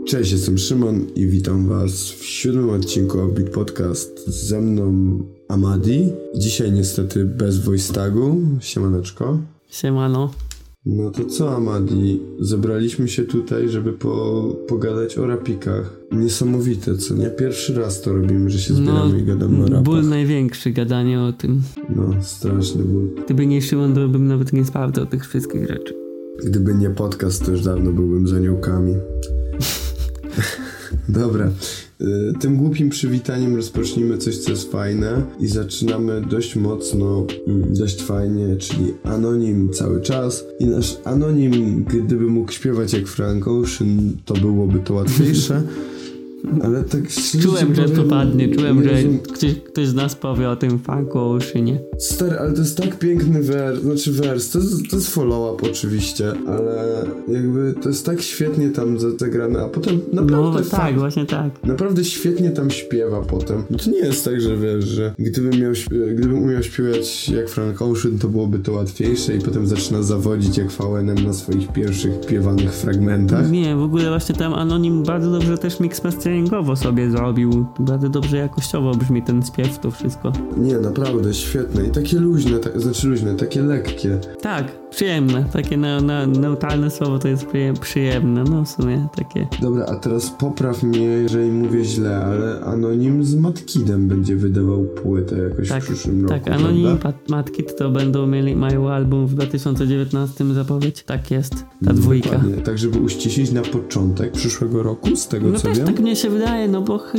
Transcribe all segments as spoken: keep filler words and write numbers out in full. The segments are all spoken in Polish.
Cześć, jestem Szymon i witam was w siódmym odcinku Offbeat Podcast. Ze mną Amadi. Dzisiaj niestety bez voice tagu. Siemaneczko. Siemano. No to co, Amadi? Zebraliśmy się tutaj, żeby po, pogadać o rapikach. Niesamowite, co nie? Pierwszy raz to robimy, że się zbieramy no, i gadamy o rapach. Ból największy, gadanie o tym. No, straszny ból. Gdyby nie Szymon, to bym nawet nie sprawdzał tych wszystkich rzeczy. Gdyby nie podcast, to już dawno byłbym z aniołkami. Dobra, tym głupim przywitaniem rozpocznijmy coś, co jest fajne i zaczynamy dość mocno, dość fajnie, czyli Anonim cały czas i nasz Anonim, gdyby mógł śpiewać jak Frank Ocean, to byłoby to łatwiejsze. Ale tak czułem, że powiem, to padnie, czułem, że rozum... ktoś, ktoś z nas powie o tym Franku Oceanie. Stary, ale to jest tak piękny wers, znaczy wers, to jest, to jest follow-up oczywiście, ale jakby to jest tak świetnie tam zagrane, a potem naprawdę... No tak, fakt, właśnie tak. Naprawdę świetnie tam śpiewa potem. No to nie jest tak, że wiesz, że gdybym, miał, gdybym umiał śpiewać jak Frank Ocean, to byłoby to łatwiejsze i potem zaczyna zawodzić jak V N M na swoich pierwszych śpiewanych fragmentach. Nie, w ogóle właśnie tam Anonim bardzo dobrze też mix masteringowo sobie zrobił. Bardzo dobrze jakościowo brzmi ten śpiew, to wszystko. Nie, naprawdę świetne i takie luźne, ta, znaczy luźne, takie lekkie. Tak, przyjemne. Takie na, na, neutralne słowo to jest przyjemne, no w sumie takie. Dobra, a teraz popraw mnie, jeżeli mówię źle, ale Anonim z Matkidem będzie wydawał płytę jakoś tak, w przyszłym roku. Tak, Anonim i Matkid to będą mieli, mają album w dwa tysiące dziewiętnastym zapowiedź. Tak jest, ta dwójka. Dokładnie. Tak, żeby uściślić na początek przyszłego roku, z tego no co też wiem. Tak mnie się wydaje, no bo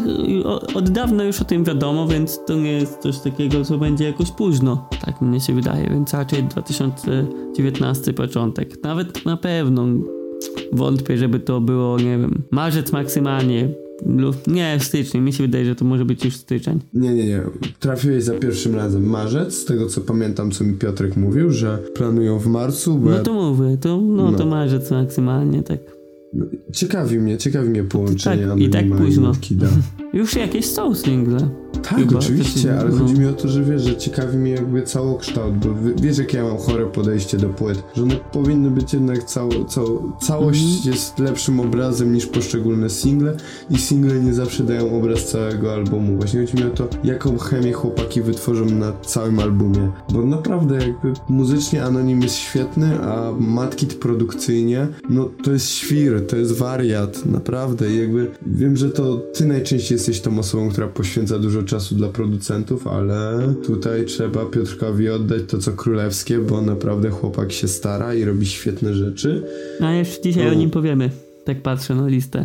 od dawna już o tym wiadomo, więc to nie jest coś takiego, co będzie jakoś późno. Tak mnie się wydaje, więc raczej dwa tysiące dziewiętnasty początek. Nawet na pewno wątpię, żeby to było, nie wiem, marzec maksymalnie. Nie, w styczniu. Mi się wydaje, że to może być już styczeń. Nie, nie, nie. Trafiłeś za pierwszym razem marzec, z tego co pamiętam, co mi Piotrek mówił, że planują w marcu. Bo no ja... to mówię, to, no, no. to marzec maksymalnie, tak. No, ciekawi mnie, ciekawi mnie połączenie tak, i tak późno. I już jakieś są single. Tak, chyba, oczywiście, ale no. chodzi mi o to, że wiesz, że ciekawi mnie jakby całokształt, bo wiesz, jak ja mam chore podejście do płyt, że one powinny być jednak cało, cało, całość mm-hmm. jest lepszym obrazem niż poszczególne single i single nie zawsze dają obraz całego albumu. Właśnie chodzi mi o to, jaką chemię chłopaki wytworzą na całym albumie, bo naprawdę jakby muzycznie Anonim jest świetny, a Matkid produkcyjnie, no to jest świr, to jest wariat, naprawdę. I jakby wiem, że to ty najczęściej jesteś tą osobą, która poświęca dużo czasu dla producentów, ale tutaj trzeba Piotrkowi oddać to co królewskie, bo naprawdę chłopak się stara i robi świetne rzeczy. A jeszcze dzisiaj no. o nim powiemy. Tak patrzę na listę.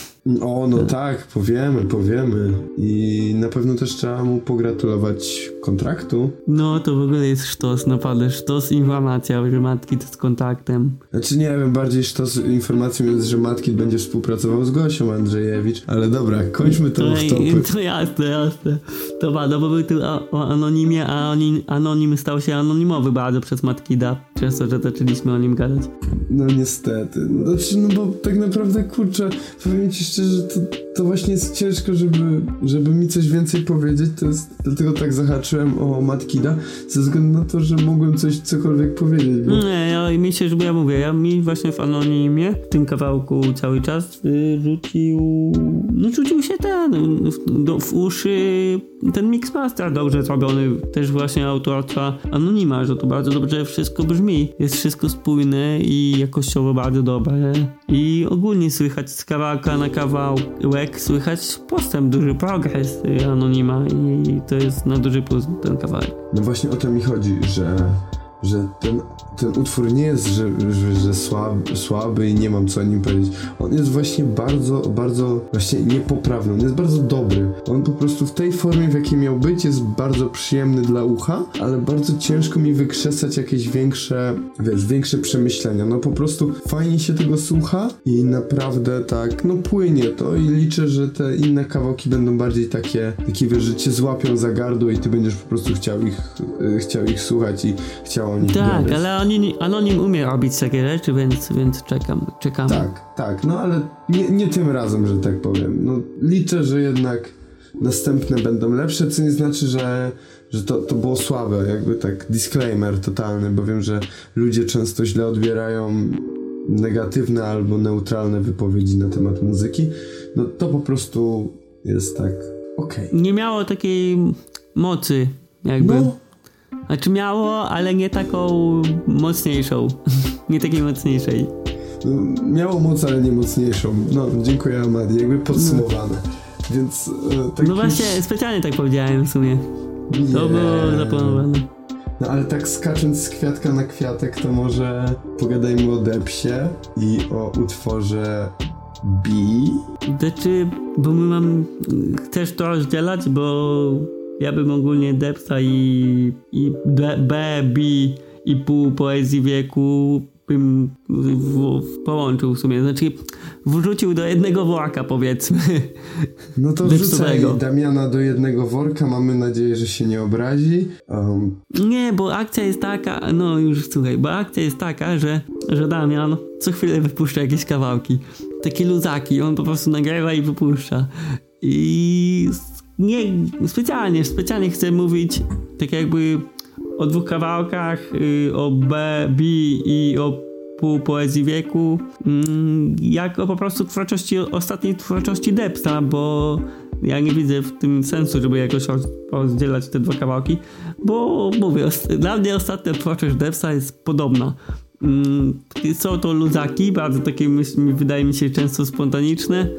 O, no tak, powiemy, powiemy. I na pewno też trzeba mu pogratulować kontraktu. No, to w ogóle jest sztos, naprawdę sztos informacja, że Matkid z kontaktem. Znaczy nie wiem, bardziej sztos informacją jest, że Matkid będzie współpracował z Gosią Andrzejewicz, ale dobra, kończmy to w topy. To jasne, jasne. To bardzo, bo był tu o, o Anonimie, a onin, Anonim stał się anonimowy bardzo przez Matkida, przez to, że zaczęliśmy o nim gadać. No niestety, znaczy no bo tak naprawdę, kurczę, powiem ci szczerze, że to, to właśnie jest ciężko, żeby, żeby mi coś więcej powiedzieć, to jest, dlatego tak zahaczyłem o Matkida, ze względu na to, że mogłem coś, cokolwiek powiedzieć. Bo... Nie, ja, mi się, żeby ja mówię, ja mi właśnie w Anonimie, w tym kawałku cały czas y, rzucił, no rzucił się ten, w, do, w uszy ten mixmaster dobrze zrobiony, też właśnie autorstwa Anonima, że to bardzo dobrze wszystko brzmi, jest wszystko spójne i jakościowo bardzo dobre i ogólnie słychać z kawałka na kawałek, słychać postęp, duży progres Anonima i to jest na duży plus ten kawałek. No właśnie o to mi chodzi, że że ten, ten utwór nie jest, że, że, że słaby, słaby i nie mam co o nim powiedzieć. On jest właśnie bardzo, bardzo właśnie niepoprawny. On jest bardzo dobry. On po prostu w tej formie, w jakiej miał być, jest bardzo przyjemny dla ucha, ale bardzo ciężko mi wykrzesać jakieś większe, wiesz, większe przemyślenia. No po prostu fajnie się tego słucha i naprawdę tak, no płynie to i liczę, że te inne kawałki będą bardziej takie, takie wiesz, że cię złapią za gardło i ty będziesz po prostu chciał ich, y, chciał ich słuchać i chciał o nich Tak, gadać. ale Anonim, Anonim umie robić takie rzeczy, więc, więc czekam, czekamy. Tak, tak, no ale nie, nie tym razem, że tak powiem. No liczę, że jednak następne będą lepsze, co nie znaczy, że, że to, to było słabe, jakby tak disclaimer totalny, bo wiem, że ludzie często źle odbierają negatywne albo neutralne wypowiedzi na temat muzyki, no to po prostu jest tak okej. Nie miało takiej mocy jakby. No. Znaczy miało, ale nie taką mocniejszą. Nie takiej mocniejszej. No, miało moc, ale nie mocniejszą. No, dziękuję Amadi, jakby podsumowane. No. Więc e, tak No właśnie, już... specjalnie tak powiedziałem w sumie. Nie. To było zaplanowane. No ale tak skacząc z kwiatka na kwiatek, to może pogadajmy o Depsie i o utworze B. Znaczy, bo my mam... Chcesz to rozdzielać, bo ja bym ogólnie Depsa i, i B, B, B i pół poezji wieku bym w, w, połączył w sumie. Znaczy, wrzucił do jednego worka, powiedzmy. No to wrzucaj Damiana do jednego worka, mamy nadzieję, że się nie obrazi. Um. Nie, bo akcja jest taka, no już słuchaj, bo akcja jest taka, że, że Damian co chwilę wypuszcza jakieś kawałki. Takie luzaki, on po prostu nagrywa i wypuszcza. I nie, specjalnie, specjalnie chcę mówić tak jakby o dwóch kawałkach, yy, o B, B i o pół poezji wieku, yy, jak o po prostu twórczości, ostatniej twórczości Depsa, bo ja nie widzę w tym sensu, żeby jakoś rozdzielać te dwa kawałki, bo mówię, dla mnie ostatnia twórczość Depsa jest podobna. Yy, są to luzaki, bardzo takie, wydaje mi się, często spontaniczne,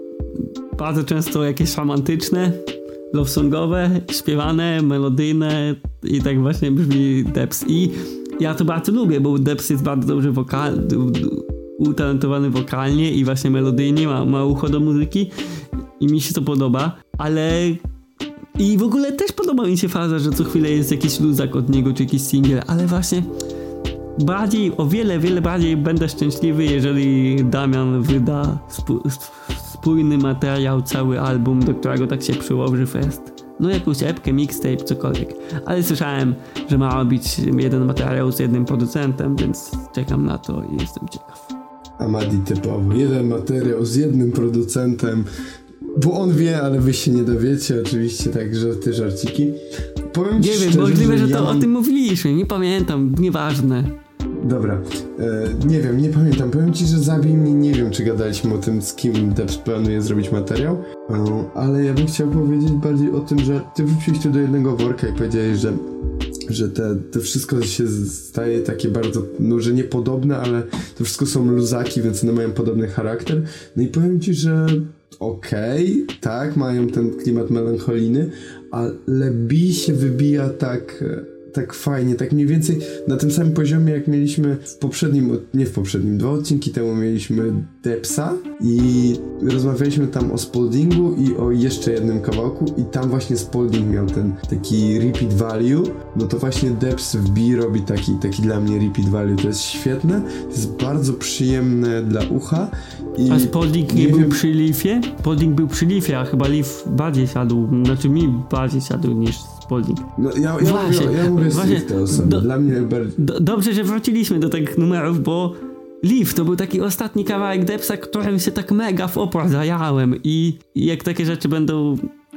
bardzo często jakieś romantyczne, love songowe, śpiewane, melodyjne i tak właśnie brzmi Deps. I ja to bardzo lubię, bo Deps jest bardzo dobrze wokal, utalentowany wokalnie i właśnie melodyjnie, ma, ma ucho do muzyki i mi się to podoba, ale i w ogóle też podoba mi się faza, że co chwilę jest jakiś luzak od niego, czy jakiś singiel, ale właśnie bardziej, o wiele, wiele bardziej będę szczęśliwy, jeżeli Damian wyda sp- spójny materiał, cały album, do którego tak się przyłoży fest. No jakąś epkę, mixtape, cokolwiek. Ale słyszałem, że ma być jeden materiał z jednym producentem, więc czekam na to i jestem ciekaw. Amadi typowo. Jeden materiał z jednym producentem, bo on wie, ale wy się nie dowiecie. Oczywiście tak, że te żarciki. Powiem nie ci wiem, szczerze, możliwe, że, że ja to mam... o tym mówiliśmy, nie pamiętam, nieważne. Dobra, e, nie wiem, nie pamiętam. Powiem ci, że zabij mnie, nie wiem, czy gadaliśmy o tym, z kim Deps planuje zrobić materiał, e, ale ja bym chciał powiedzieć bardziej o tym, że ty wrzuciłeś to do jednego worka i powiedziałeś, że że te, te wszystko się staje takie bardzo, no że niepodobne, ale to wszystko są luzaki, więc one mają podobny charakter. No i powiem ci, że okej, okay, tak, mają ten klimat melancholijny, ale B się wybija tak... tak fajnie, tak mniej więcej na tym samym poziomie, jak mieliśmy w poprzednim, nie w poprzednim, dwa odcinki temu mieliśmy Depsa i rozmawialiśmy tam o Spaldingu i o jeszcze jednym kawałku i tam właśnie Spalding miał ten taki repeat value, no to właśnie Deps w B robi taki, taki dla mnie repeat value, to jest świetne, to jest bardzo przyjemne dla ucha. I a Spalding nie, nie był wiem... przy Leafie? Spalding był przy Leafie, a chyba Leaf bardziej siadł, znaczy mi bardziej siadł niż Spalding. No ja, ja właśnie, mówię, ja mówię właśnie, te osoby. Do, dla mnie bardziej... do, dobrze, że wróciliśmy do tych numerów, bo Leaf to był taki ostatni kawałek Depsa, którym się tak mega w opór zajałem i, i jak takie rzeczy będą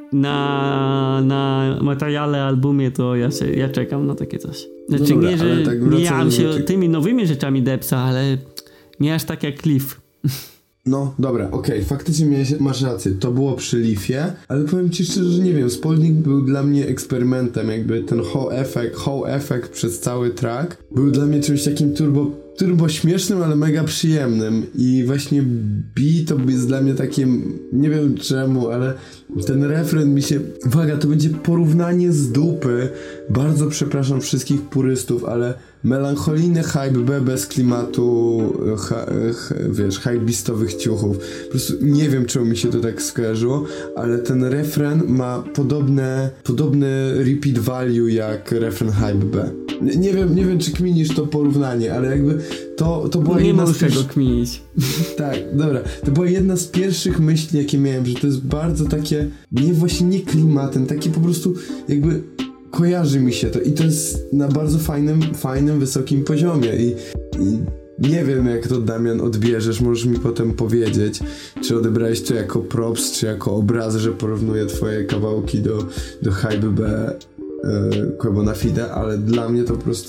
na, na materiale, albumie, to ja, się, ja czekam na takie coś. Znaczy no dobra, nie, że tak nie jałem się ty... tymi nowymi rzeczami Depsa, ale nie aż tak jak Leaf. No, dobra, okej, okay, faktycznie miałeś, masz rację, to było przy Leafie, ale powiem ci szczerze, że nie wiem, Spalding był dla mnie eksperymentem, jakby ten whole efekt, whole efekt przez cały track był dla mnie czymś takim turbo, turbo śmiesznym, ale mega przyjemnym i właśnie B to jest dla mnie takie, nie wiem czemu, ale ten refren mi się, uwaga, to będzie porównanie z dupy, bardzo przepraszam wszystkich purystów, ale melancholijny hype B bez klimatu, ha, ha, wiesz, hypebistowych ciuchów. Po prostu nie wiem, czemu mi się to tak skojarzyło, ale ten refren ma podobne, podobne repeat value jak refren hype B. Nie, nie wiem, nie wiem, czy kminisz to porównanie, ale jakby to, to była nie jedna z pierwszych... czego kminić. Tak, dobra. To była jedna z pierwszych myśli, jakie miałem, że to jest bardzo takie, nie właśnie nie klimatem, takie po prostu jakby kojarzy mi się to i to jest na bardzo fajnym, fajnym, wysokim poziomie i, i nie wiem, jak to, Damian, odbierzesz, możesz mi potem powiedzieć, czy odebrałeś to jako props, czy jako obraz, że porównuję twoje kawałki do, do Hype B, yy, Quebo na Fide, ale dla mnie to po prostu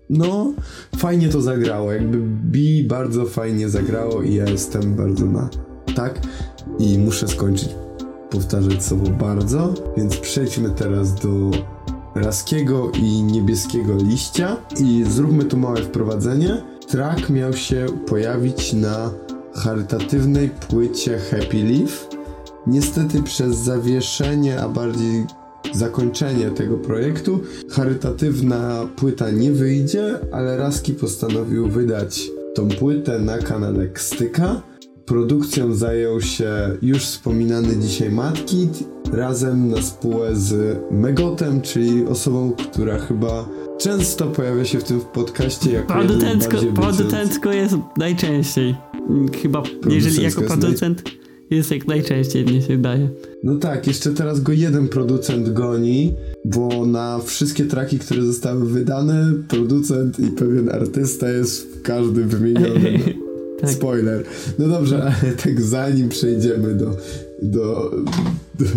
no fajnie to zagrało, jakby B bardzo fajnie zagrało i ja jestem bardzo na tak i muszę skończyć powtarzać słowo bardzo, więc przejdźmy teraz do Raskiego i Niebieskiego Liścia i zróbmy tu małe wprowadzenie. Track miał się pojawić na charytatywnej płycie Happy Leaf. Niestety przez zawieszenie, a bardziej zakończenie tego projektu charytatywna płyta nie wyjdzie, ale Raski postanowił wydać tą płytę na kanale Kstyka. Produkcją zajął się już wspominany dzisiaj Madkid razem na spółę z Megotem, czyli osobą, która chyba często pojawia się w tym podcaście jako producencko, producencko jest najczęściej. Chyba jeżeli jako producent naj... jest jak najczęściej, mnie się wydaje. No tak, jeszcze teraz go jeden producent goni, bo na wszystkie traki, które zostały wydane, producent i pewien artysta jest w każdym wymieniony. Tak. Spoiler. No dobrze, ale tak zanim przejdziemy do do do,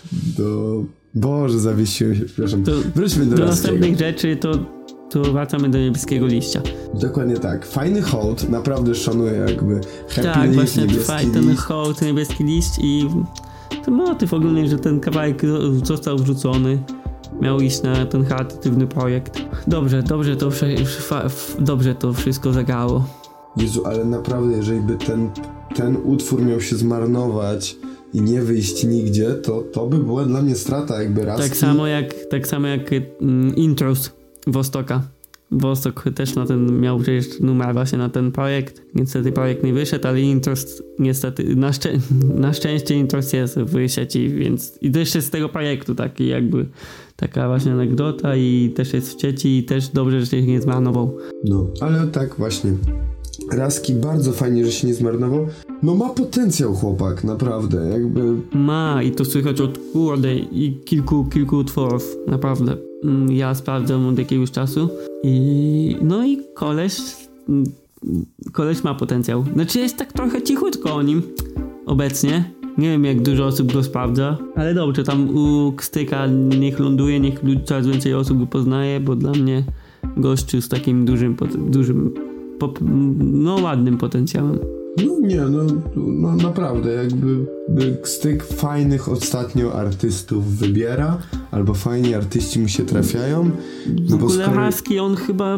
do... Boże, zawiesiłem się, przepraszam. To, Wróćmy do, do następnych rzeczy, to, to wracamy do Niebieskiego Liścia. Dokładnie tak. Fajny hołd, naprawdę szanuję jakby Happy Tak, Leaf, właśnie fajny ten liść. hołd, Niebieski Liść i ten motyw ogólnie, że ten kawałek został wrzucony. Miał iść na ten charytatywny projekt. Dobrze, dobrze to, dobrze to wszystko zagrało. Jezu, ale naprawdę, jeżeli by ten, ten utwór miał się zmarnować i nie wyjść nigdzie, to to by była dla mnie strata jakby Raski. Tak samo jak, tak samo jak mm, Intros Wostoka. Wostok też na ten miał przecież numer właśnie na ten projekt. Niestety projekt nie wyszedł, ale Intros niestety, na, szczę- na szczęście Intros jest w sieci, więc i też jest z tego projektu taki jakby taka właśnie anegdota i też jest w sieci i też dobrze, że się nie zmarnował. No, ale tak właśnie. Raski bardzo fajnie, że się nie zmarnował. No ma potencjał chłopak, naprawdę, jakby... Ma i to słychać od kurde i kilku, kilku utworów, naprawdę. Ja sprawdzam od jakiegoś czasu i no i koleś koleś ma potencjał. Znaczy jest tak trochę cichutko o nim obecnie. Nie wiem jak dużo osób go sprawdza, ale dobrze, tam u Kstyka niech ląduje, niech coraz więcej osób go poznaje, bo dla mnie gościu z takim dużym, dużym no ładnym potencjałem. No nie, no, no naprawdę, jakby Kstyk fajnych ostatnio artystów wybiera, albo fajni artyści mu się trafiają. No w ogóle skoro... Raski on chyba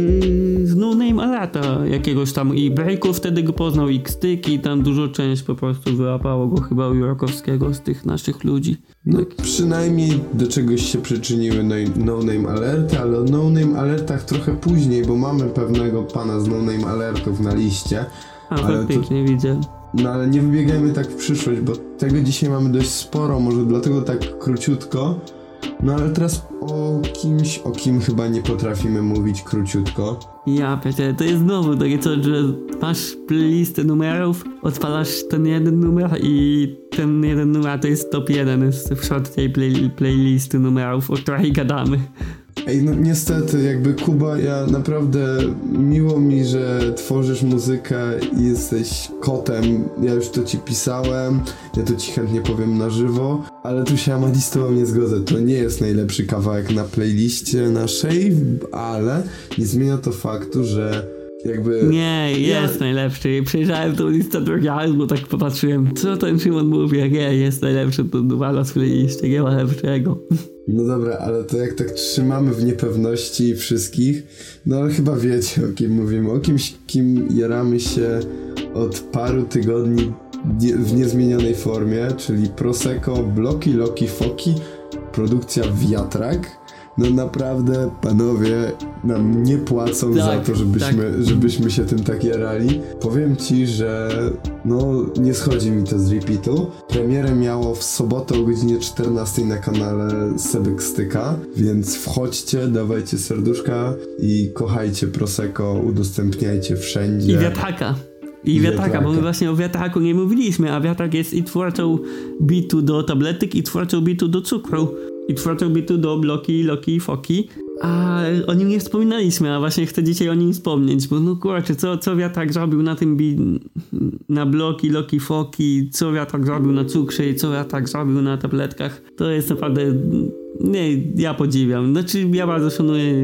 yy, z No Name Alerta jakiegoś tam i Breaku wtedy go poznał i Kstyk i tam dużo część po prostu wyłapało go chyba u Jurakowskiego z tych naszych ludzi. No tak. Przynajmniej do czegoś się przyczyniły no, no Name Alerty, ale o No Name Alertach trochę później, bo mamy pewnego pana z No Name Alertów na liście. A faktycznie to, widzę. No ale nie wybiegajmy tak w przyszłość, bo tego dzisiaj mamy dość sporo, może dlatego tak króciutko. No ale teraz o kimś, o kim chyba nie potrafimy mówić króciutko. Ja pierdolę, to jest znowu takie coś, że masz playlistę numerów, odpalasz ten jeden numer i ten jeden numer to jest top jeden w środku tej play, playlisty numerów, o której gadamy. Ej, no niestety, jakby Kuba, ja naprawdę miło mi, że tworzysz muzykę i jesteś kotem. Ja już to ci pisałem, ja to ci chętnie powiem na żywo, ale tu się Amadi z tobą nie zgodzę. To nie jest najlepszy kawałek na playliście naszej, ale nie zmienia to faktu, że jakby... Nie, jest ja... najlepszy. Przejrzałem tą listę drugi raz, bo tak popatrzyłem, co ten Szymon mówi, jak nie, jest najlepszy, to dwa w playliście, nie ma lepszego. No dobra, ale to jak tak trzymamy w niepewności wszystkich, no ale chyba wiecie, o kim mówimy. O kimś, kim jaramy się od paru tygodni w niezmienionej formie, czyli Prosecco, Bloki, Loki, Foki, produkcja Wiatrak. No naprawdę, panowie, nam nie płacą tak, za to, żebyśmy, tak. żebyśmy się tym tak jarali. Powiem ci, że no nie schodzi mi to z repeatu. Premierę miało w sobotę o godzinie czternastej na kanale Seby Kstyka, więc wchodźcie, dawajcie serduszka i kochajcie Prosecco, udostępniajcie wszędzie. I Wiatraka. I wiatraka, bo my właśnie o wiatraku nie mówiliśmy, a wiatrak jest i twórcą bitu do tabletek, i twórcą bitu do cukru, i twórcą bitu do Bloki, Loki i Foki, a o nim nie wspominaliśmy, a właśnie chcę dzisiaj o nim wspomnieć, bo no kurczę, co, co wiatrak zrobił na tym bi- na Bloki, Loki, Foki, co wiatrak zrobił na cukrze i co wiatrak zrobił na tabletkach, to jest naprawdę, nie, ja podziwiam, znaczy ja bardzo szanuję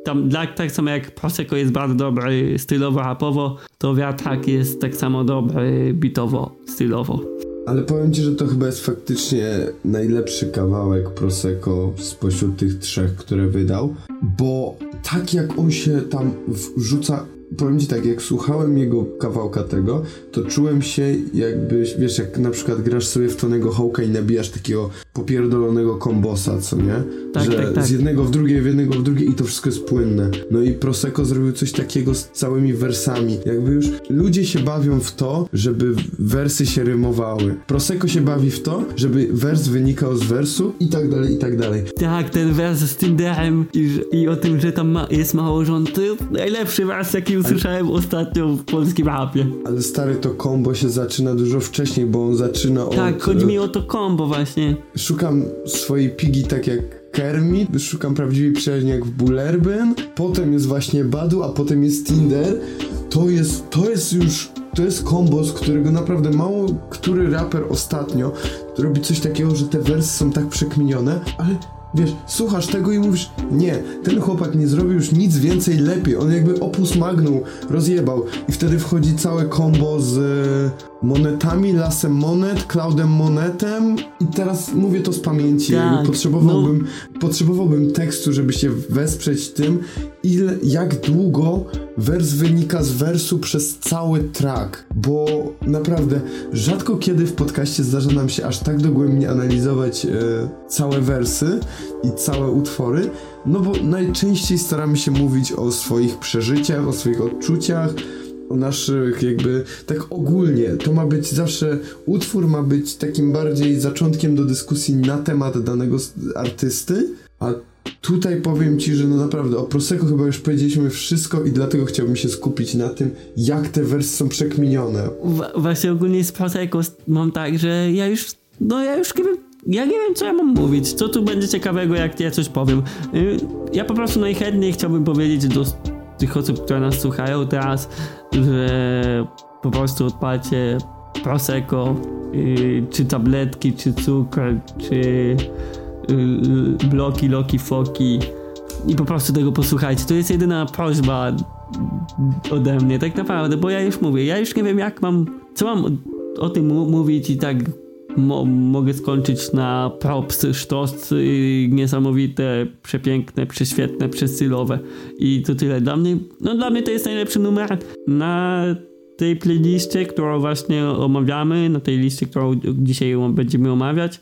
tam dla, tak samo jak Prosecco jest bardzo dobry stylowo, rapowo, to Wiatrak jest tak samo dobry bitowo, stylowo. Ale powiem ci, że to chyba jest faktycznie najlepszy kawałek Prosecco spośród tych trzech, które wydał, bo tak jak on się tam wrzuca, powiem ci tak, jak słuchałem jego kawałka tego, to czułem się jakbyś, wiesz, jak na przykład grasz sobie w Tonego Hawka i nabijasz takiego popierdolonego kombosa, co nie? Tak, że tak, tak. z jednego w drugie, w jednego w drugie i to wszystko jest płynne. No i Prosecco zrobił coś takiego z całymi wersami. Jakby już ludzie się bawią w to, żeby wersy się rymowały. Prosecco się bawi w to, żeby wers wynikał z wersu i tak dalej, i tak dalej. Tak, ten wers z Tinderem i, i o tym, że tam ma, jest mało żon, to jest najlepszy wers, jaki usłyszałem ale, ostatnio w polskim rapie. Ale stary, to kombo się zaczyna dużo wcześniej, bo on zaczyna od... Tak, chodzi mi o to kombo właśnie. Szukam swojej pigi tak jak Kermit, szukam prawdziwej przyjaźni jak w Bullerbyn, potem jest właśnie Badu, a potem jest Tinder. To jest, to jest już, to jest kombo, z którego naprawdę mało który raper ostatnio robi coś takiego, że te wersy są tak przekminione, ale wiesz, słuchasz tego i mówisz, nie, ten chłopak nie zrobił już nic więcej lepiej, on jakby opus magnum rozjebał i wtedy wchodzi całe kombo z monetami, lasem monet, Cloudem monetem i teraz mówię to z pamięci, tak, jakby potrzebowałbym, no. potrzebowałbym tekstu, żeby się wesprzeć tym, ile, jak długo wers wynika z wersu przez cały track, bo naprawdę rzadko kiedy w podcaście zdarza nam się aż tak dogłębnie analizować e, całe wersy i całe utwory, no bo najczęściej staramy się mówić o swoich przeżyciach, o swoich odczuciach, o naszych jakby, tak ogólnie, to ma być zawsze, utwór ma być takim bardziej zaczątkiem do dyskusji na temat danego artysty, a tutaj powiem ci, że no naprawdę o Prosecco chyba już powiedzieliśmy wszystko i dlatego chciałbym się skupić na tym, jak te wersy są przekminione. W- właśnie ogólnie z Prosecco mam tak, że ja już, no ja już nie wiem, ja nie wiem, co ja mam mówić, co tu będzie ciekawego, jak ja coś powiem. Ja po prostu najchętniej chciałbym powiedzieć do tych osób, które nas słuchają teraz, że po prostu odpalcie Prosecco, yy, czy tabletki, czy cukier, czy yy, bloki, loki, foki i po prostu tego posłuchajcie. To jest jedyna prośba ode mnie, tak naprawdę, bo ja już mówię, ja już nie wiem, jak mam, co mam o, o tym m- mówić i tak Mo- mogę skończyć na propsy, sztosy niesamowite, przepiękne, prześwietne, przestylowe i to tyle. Dla mnie, no dla mnie to jest najlepszy numer na tej playliście, którą właśnie omawiamy, na tej liście, którą dzisiaj będziemy omawiać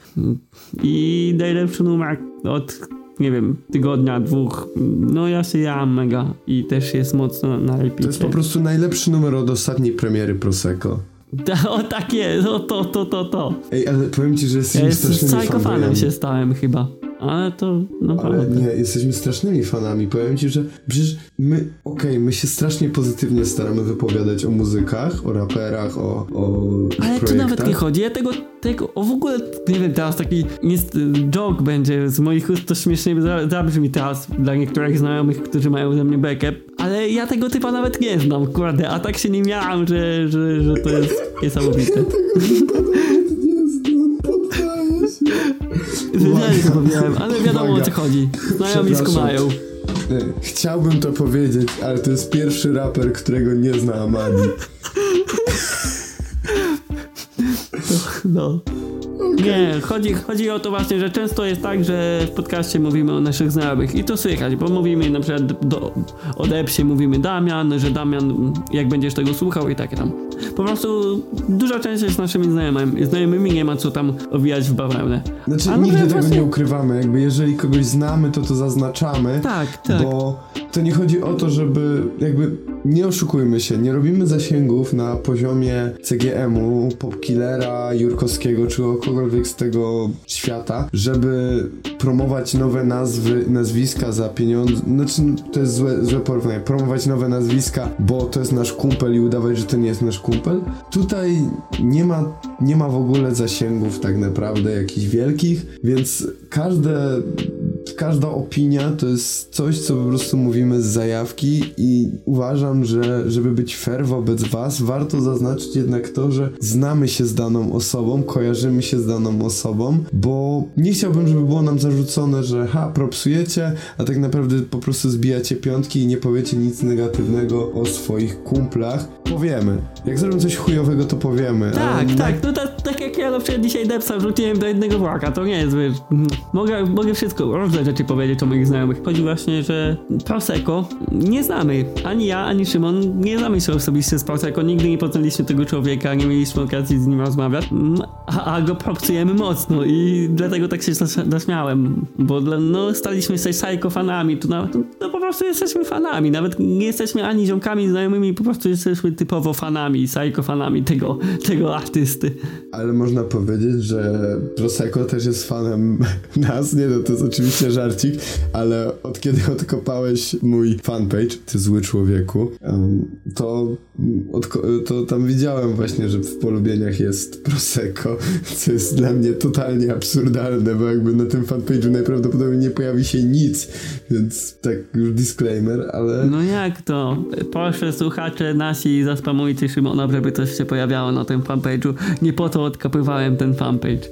i najlepszy numer od, nie wiem, tygodnia, dwóch, no ja się jam mega i też jest mocno na repeacie. To jest po prostu najlepszy numer od ostatniej premiery Prosecco. O tak jest, o to, to, to, to. Ej, ale powiem ci, że jesteśmy ja strasznymi fanami. Z Psycho-fanem się stałem chyba, ale to naprawdę. Ale nie, jesteśmy strasznymi fanami. Powiem ci, że przecież my, okej, okay, my się strasznie pozytywnie staramy wypowiadać o muzykach, o raperach, o, o ale projektach. tu nawet nie chodzi, ja tego, tego, o w ogóle, nie wiem, teraz taki jest, joke będzie z moich ust, to śmiesznie zabrzmi teraz dla niektórych znajomych, którzy mają ze mnie backup, ale ja tego typa nawet nie znam, kurde, a tak się nie miałem, że, że, że to jest niesamowite. Ja tego nawet nie znam, poddaję się. Źle to powiedziałem, ale wiadomo Uwaga. O co chodzi. Znajomi skumają. Chciałbym to powiedzieć, ale to jest pierwszy raper, którego nie zna Amadi. No. Okay. Nie, chodzi, chodzi o to właśnie, że często jest tak, że w podcaście mówimy o naszych znajomych i to słychać, bo mówimy na przykład do, o Depsie mówimy Damian, że Damian, jak będziesz tego słuchał i takie tam. Po prostu duża część jest naszymi znajomymi, znajomymi nie ma co tam owijać w bawełnę. Znaczy A nigdy tego właśnie... nie ukrywamy, jakby jeżeli kogoś znamy, to to zaznaczamy. Tak, tak. Bo to nie chodzi o to, żeby jakby, nie oszukujmy się, nie robimy zasięgów na poziomie C G M-u, Popkillera, Jurkowskiego, czy kogokolwiek z tego świata, żeby promować nowe nazwy, nazwiska za pieniądze, znaczy to jest złe, złe porównanie, promować nowe nazwiska, bo to jest nasz kumpel i udawać, że to nie jest nasz kumpel. Tutaj nie ma, nie ma w ogóle zasięgów tak naprawdę jakichś wielkich, więc każde każda opinia to jest coś, co po prostu mówimy z zajawki i uważam, że żeby być fair wobec was, warto zaznaczyć jednak to, że znamy się z daną osobą, kojarzymy się z daną osobą, bo nie chciałbym, żeby było nam zarzucone, że ha, propsujecie, a tak naprawdę po prostu zbijacie piątki i nie powiecie nic negatywnego o swoich kumplach. Powiemy. Jak zrobią coś chujowego, to powiemy. Tak, ale tak, no tak, tak jak ja na przykład dzisiaj Depsa wrzuciłem do jednego worka, to nie jest, wiesz, mogę, mogę wszystko, różne rzeczy powiedzieć o moich znajomych. Chodzi właśnie, że Prosecco nie znamy, ani ja, ani Szymon nie znamy się osobiście z Prosecco, nigdy nie poznaliśmy tego człowieka, nie mieliśmy okazji z nim rozmawiać, a, a go propsujemy mocno i dlatego tak się zaśmiałem, bo no staliśmy się psycho-fanami, to, na, to, to po prostu jesteśmy fanami, nawet nie jesteśmy ani ziomkami znajomymi, po prostu jesteśmy typowo fanami, psycho-fanami tego, tego artysty. Ale można powiedzieć, że Prosecco też jest fanem nas, nie no, to jest oczywiście żarcik, ale od kiedy odkopałeś mój fanpage, ty zły człowieku, um, to, odko- to tam widziałem właśnie, że w polubieniach jest Prosecco, co jest dla mnie totalnie absurdalne, bo jakby na tym fanpage'u najprawdopodobniej nie pojawi się nic, więc tak już disclaimer, ale... No jak to? Proszę słuchacze nasi, zaspamujcie Szymona, żeby coś się pojawiało na tym fanpage'u. Nie po to odkopywałem ten fanpage.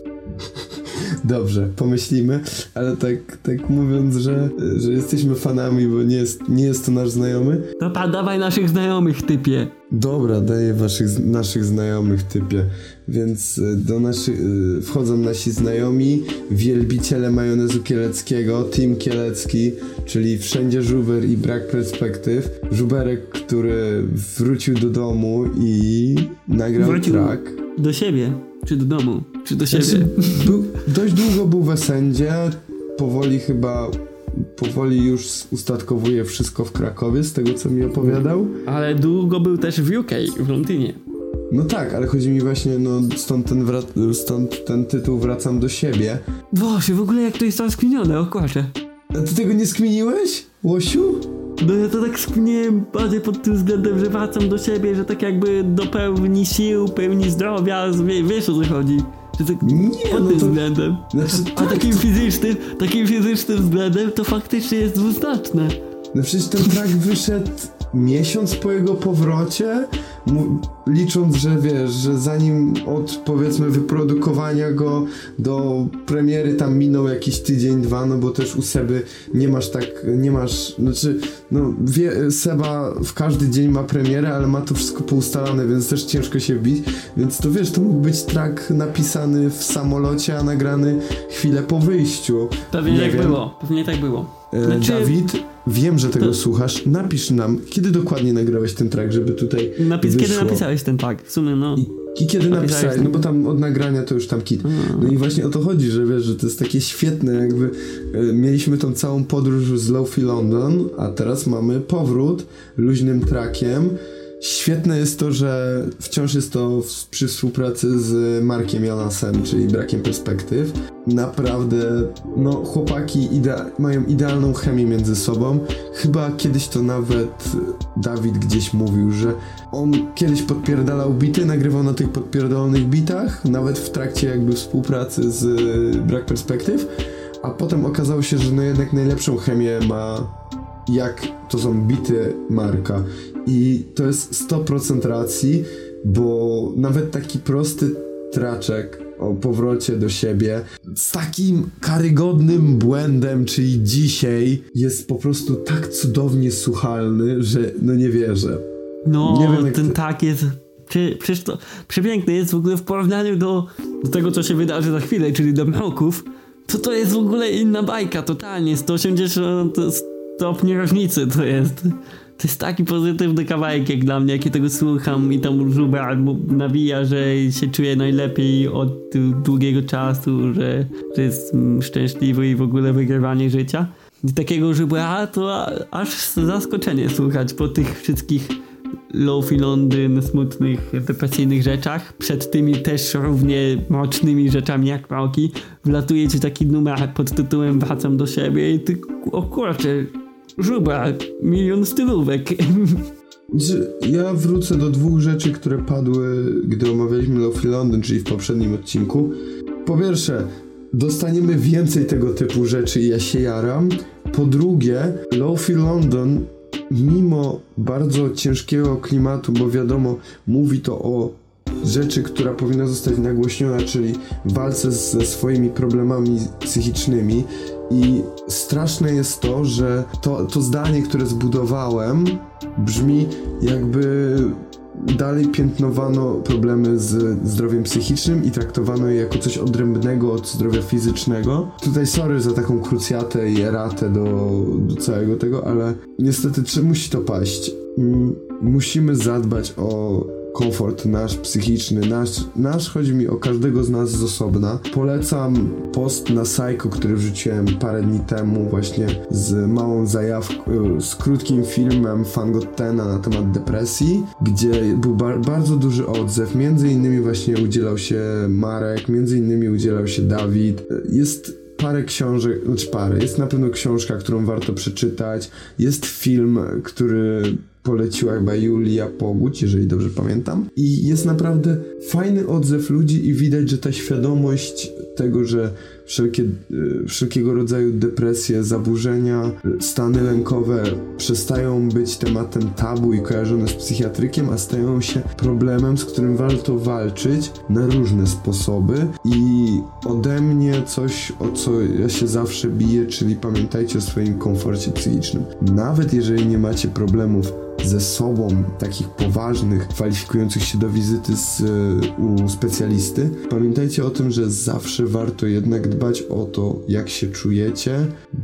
Dobrze, pomyślimy, ale tak, tak mówiąc, że, że jesteśmy fanami, bo nie jest, nie jest to nasz znajomy. To pan dawaj naszych znajomych, typie. Dobra, daję waszych, naszych znajomych, typie. Więc do naszych wchodzą nasi znajomi, wielbiciele majonezu kieleckiego, Team Kielecki, czyli Wszędzie Żuber i Brak Perspektyw. Żuberek, który wrócił do domu i nagrał wrócił track. Do siebie, czy do domu, czy do siebie. Znaczy, był, dość długo był w Essendzie, powoli chyba, powoli już ustatkowuje wszystko w Krakowie, z tego co mi opowiadał. Ale długo był też w U K, w Londynie. No tak, ale chodzi mi właśnie, no stąd ten, wrac- stąd ten tytuł Wracam do siebie. Boże, w ogóle jak to jest tam skminione, o kurczę. A ty tego nie skminiłeś, Łosiu? No ja to tak skminiłem bardziej pod tym względem, że wracam do siebie, że tak jakby do pełni sił, pełni zdrowia, wie, wiesz o co chodzi. Że tak Nie, pod no tym to... względem. Znaczy, A tak, takim to... fizycznym, takim fizycznym względem to faktycznie jest dwuznaczne. No przecież ten track wyszedł miesiąc po jego powrocie, mu, licząc, że wiesz, że zanim od powiedzmy wyprodukowania go do premiery tam minął jakiś tydzień, dwa, no bo też u Seby nie masz tak, nie masz, znaczy, no wie, Seba w każdy dzień ma premierę, ale ma to wszystko poustalane, więc też ciężko się wbić, więc to wiesz, to mógł być track napisany w samolocie, a nagrany chwilę po wyjściu. Pewnie nie tak wiem. było, pewnie tak było. Znaczy, Dawid, wiem, że tego to... słuchasz. Napisz nam, kiedy dokładnie nagrałeś ten track, żeby tutaj Napis, wyszło. Kiedy napisałeś ten track? W sumie no... I, i kiedy napisałeś, ten... no bo tam od nagrania to już tam kit. No i właśnie o to chodzi, że wiesz, że to jest takie świetne, jakby e, mieliśmy tą całą podróż z Lo-Fi London, a teraz mamy powrót luźnym trackiem. Świetne jest to, że wciąż jest to w, przy współpracy z Markiem Jonasem, czyli Brakiem Perspektyw. Naprawdę, no chłopaki idea- mają idealną chemię między sobą. Chyba kiedyś to nawet Dawid gdzieś mówił, że on kiedyś podpierdalał bity, nagrywał na tych podpierdolonych bitach, nawet w trakcie jakby współpracy z Brak Perspektyw, a potem okazało się, że no jednak najlepszą chemię ma jak to są bity Marka. I to jest sto procent racji, bo nawet taki prosty traczek o powrocie do siebie z takim karygodnym błędem, czyli dzisiaj, jest po prostu tak cudownie słuchalny, że no nie wierzę. No, nie wiem, ten ty... tak jest... Przecież to przepiękny jest w ogóle w porównaniu do, do tego, co się wydarzy za chwilę, czyli do Mroków, to to jest w ogóle inna bajka, totalnie, sto osiemdziesiąt stopni różnicy to jest. To jest taki pozytywny kawałek jak dla mnie, jak ja tego słucham i tam Żuber nawija, że się czuje najlepiej od długiego czasu, że, że jest szczęśliwy i w ogóle wygrywanie życia. I takiego Żubera to aż zaskoczenie słuchać po tych wszystkich Lo-Fi Londyn, smutnych, depresyjnych rzeczach. Przed tymi też równie mrocznymi rzeczami jak Mroki wlatuje ci taki numer pod tytułem Wracam do siebie i ty, o kurczę, Żuber, milion stylówek. Ja wrócę do dwóch rzeczy, które padły, gdy omawialiśmy Lo-Fi Londyn, czyli w poprzednim odcinku. Po pierwsze, dostaniemy więcej tego typu rzeczy i ja się jaram. Po drugie, Lo-Fi London, mimo bardzo ciężkiego klimatu, bo wiadomo, mówi to o rzeczy, która powinna zostać nagłośniona, czyli walce ze swoimi problemami psychicznymi, i straszne jest to, że to, to zdanie, które zbudowałem, brzmi jakby dalej piętnowano problemy z zdrowiem psychicznym i traktowano je jako coś odrębnego od zdrowia fizycznego. Tutaj sorry za taką krucjatę i eratę do, do całego tego, ale niestety czy musi to paść. Mm, musimy zadbać o komfort nasz psychiczny, nasz, nasz, chodzi mi o każdego z nas z osobna. Polecam post na Psycho, który wrzuciłem parę dni temu właśnie z małą zajawką, z krótkim filmem Fangotena na temat depresji, gdzie był bar- bardzo duży odzew, między innymi właśnie udzielał się Marek, między innymi udzielał się Dawid. Jest parę książek, znaczy parę, jest na pewno książka, którą warto przeczytać, jest film, który poleciła chyba Julia Pogódź, jeżeli dobrze pamiętam. I jest naprawdę fajny odzew ludzi i widać, że ta świadomość tego, że wszelkie, wszelkiego rodzaju depresje, zaburzenia, stany lękowe przestają być tematem tabu i kojarzone z psychiatrykiem, a stają się problemem, z którym warto walczyć na różne sposoby. I ode mnie coś, o co ja się zawsze biję, czyli pamiętajcie o swoim komforcie psychicznym. Nawet jeżeli nie macie problemów ze sobą, takich poważnych, kwalifikujących się do wizyty z, u specjalisty, pamiętajcie o tym, że zawsze warto jednak dbać o to, jak się czujecie,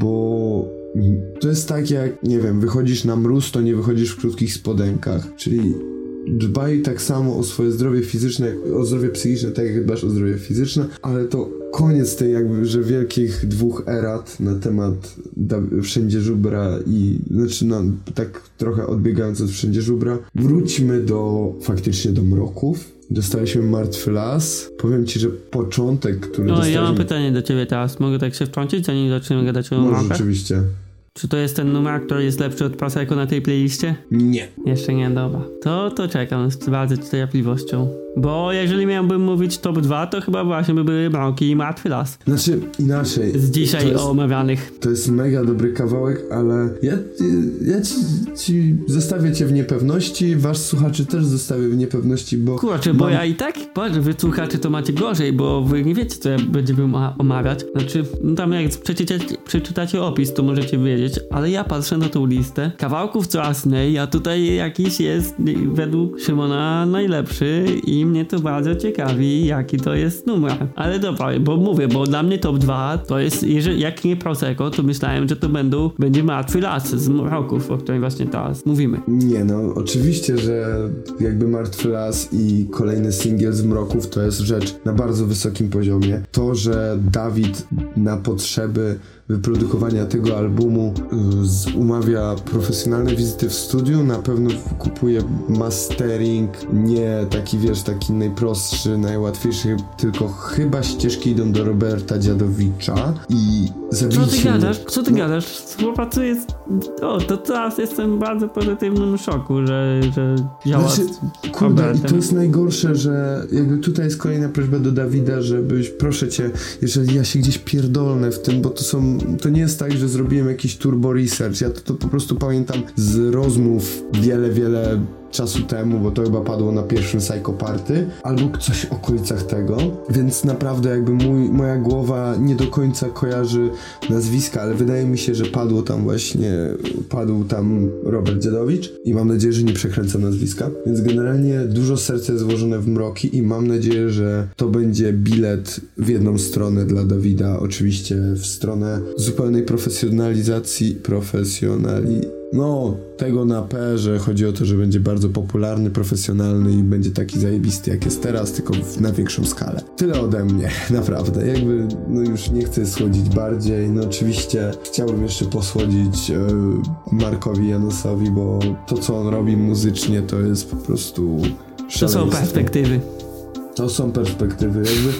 bo to jest tak jak, nie wiem, wychodzisz na mróz, to nie wychodzisz w krótkich spodenkach, czyli dbaj tak samo o swoje zdrowie fizyczne, jak o zdrowie psychiczne, tak jak dbasz o zdrowie fizyczne, ale to koniec tej jakby, że wielkich dwóch erat na temat da- Wszędzie żubra i, znaczy no, tak trochę odbiegając od Wszędzie żubra, wróćmy do, faktycznie do mroków. Dostaliśmy Martwy las. Powiem ci, że początek, który No dostaliśmy... ja mam pytanie do ciebie teraz, mogę tak się wtrącić, zanim zaczniemy gadać o Może mrokach? rzeczywiście. Czy to jest ten numer, który jest lepszy od Prosecco na tej playliście? Nie. Jeszcze nie, dobra. To, to czekam z bardzo cierpliwością. Bo jeżeli miałbym mówić top dwa, to chyba właśnie by były Mroki i Martwy las. Znaczy, inaczej. Z dzisiaj to jest, omawianych. To jest mega dobry kawałek, ale ja, ja ci, ci zostawię cię w niepewności, wasz słuchaczy też zostawię w niepewności, bo... Kurczę, bo mam... ja i tak, boże, wy słuchacze to macie gorzej, bo wy nie wiecie, co ja będziemy omawiać. Znaczy, no tam jak przeczytacie, przeczytacie opis, to możecie wiedzieć, ale ja patrzę na tą listę kawałków coraz mniej, a tutaj jakiś jest według Szymona najlepszy i mnie to bardzo ciekawi, jaki to jest numer. Ale dobra, bo mówię, bo dla mnie top dwa to jest, jeżeli, jak nie Prosecco, to myślałem, że to będą, będzie Martwy las z Mroków, o którym właśnie teraz mówimy. Nie no, oczywiście, że jakby Martwy las i kolejny singiel z Mroków to jest rzecz na bardzo wysokim poziomie. To, że Dawid na potrzeby wyprodukowania tego albumu z, umawia profesjonalne wizyty w studiu, na pewno kupuje mastering, nie taki, wiesz, taki najprostszy, najłatwiejszy, tylko chyba ścieżki idą do Roberta Dziadowicza i zabijcie Co ty gadasz? Co ty no. gadasz? Współpracuję z... O, to teraz jestem w bardzo pozytywnym szoku, że, że działa znaczy, z kurde, i to jest najgorsze, że jakby tutaj jest kolejna prośba do Dawida, żebyś, proszę cię, jeżeli ja się gdzieś pierdolnę w tym, bo to są, to nie jest tak, że zrobiłem jakiś turbo research, ja to, to po prostu pamiętam z rozmów wiele, wiele czasu temu, bo to chyba padło na pierwszym Psycho Party, albo coś w okolicach tego, więc naprawdę jakby mój, moja głowa nie do końca kojarzy nazwiska, ale wydaje mi się, że padło tam właśnie, padł tam Robert Dziadowicz i mam nadzieję, że nie przekręcę nazwiska, więc generalnie dużo serca jest włożone w Mroki i mam nadzieję, że to będzie bilet w jedną stronę dla Dawida, oczywiście w stronę zupełnej profesjonalizacji, profesjonali no, tego na P, że chodzi o to, że będzie bardzo popularny, profesjonalny i będzie taki zajebisty jak jest teraz, tylko w, na większą skalę. Tyle ode mnie, naprawdę. Jakby, no już nie chcę słodzić bardziej. No oczywiście chciałbym jeszcze posłodzić e, Markowi Janosowi, bo to, co on robi muzycznie, to jest po prostu szaleństwo. To są perspektywy. To są perspektywy. Jakby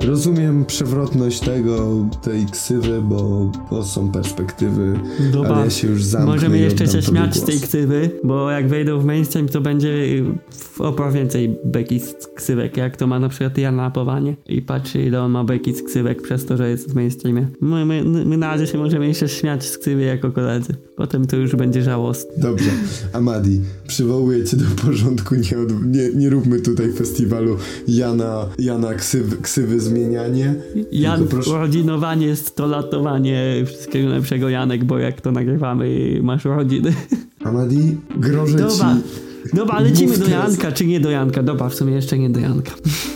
rozumiem przewrotność tego, tej ksywy, bo to są perspektywy, Dobra. ale ja się już zamknę. Możemy jeszcze się śmiać z tej ksywy, bo jak wejdą w mainstream, to będzie oprócz więcej beki z ksywek, jak to ma na przykład Jan Napowanie i patrzy, ile on ma beki z ksywek przez to, że jest w mainstreamie. My, my, my na razie się możemy jeszcze śmiać z ksywy jako koledzy. Potem to już będzie żałosne. Dobrze. Amadi, przywołuję cię do porządku, nie, od, nie, nie róbmy tutaj festiwalu Jana, Jana ksywy, ksywy zmienianie. Jan, proszę... urodzinowanie, stolatowanie, wszystkiego lepszego Janek, bo jak to nagrywamy, masz urodziny. Amadi, grożę Dobra. ci. Dobra, lecimy do Janka, czy nie do Janka? Dobra, w sumie jeszcze nie do Janka.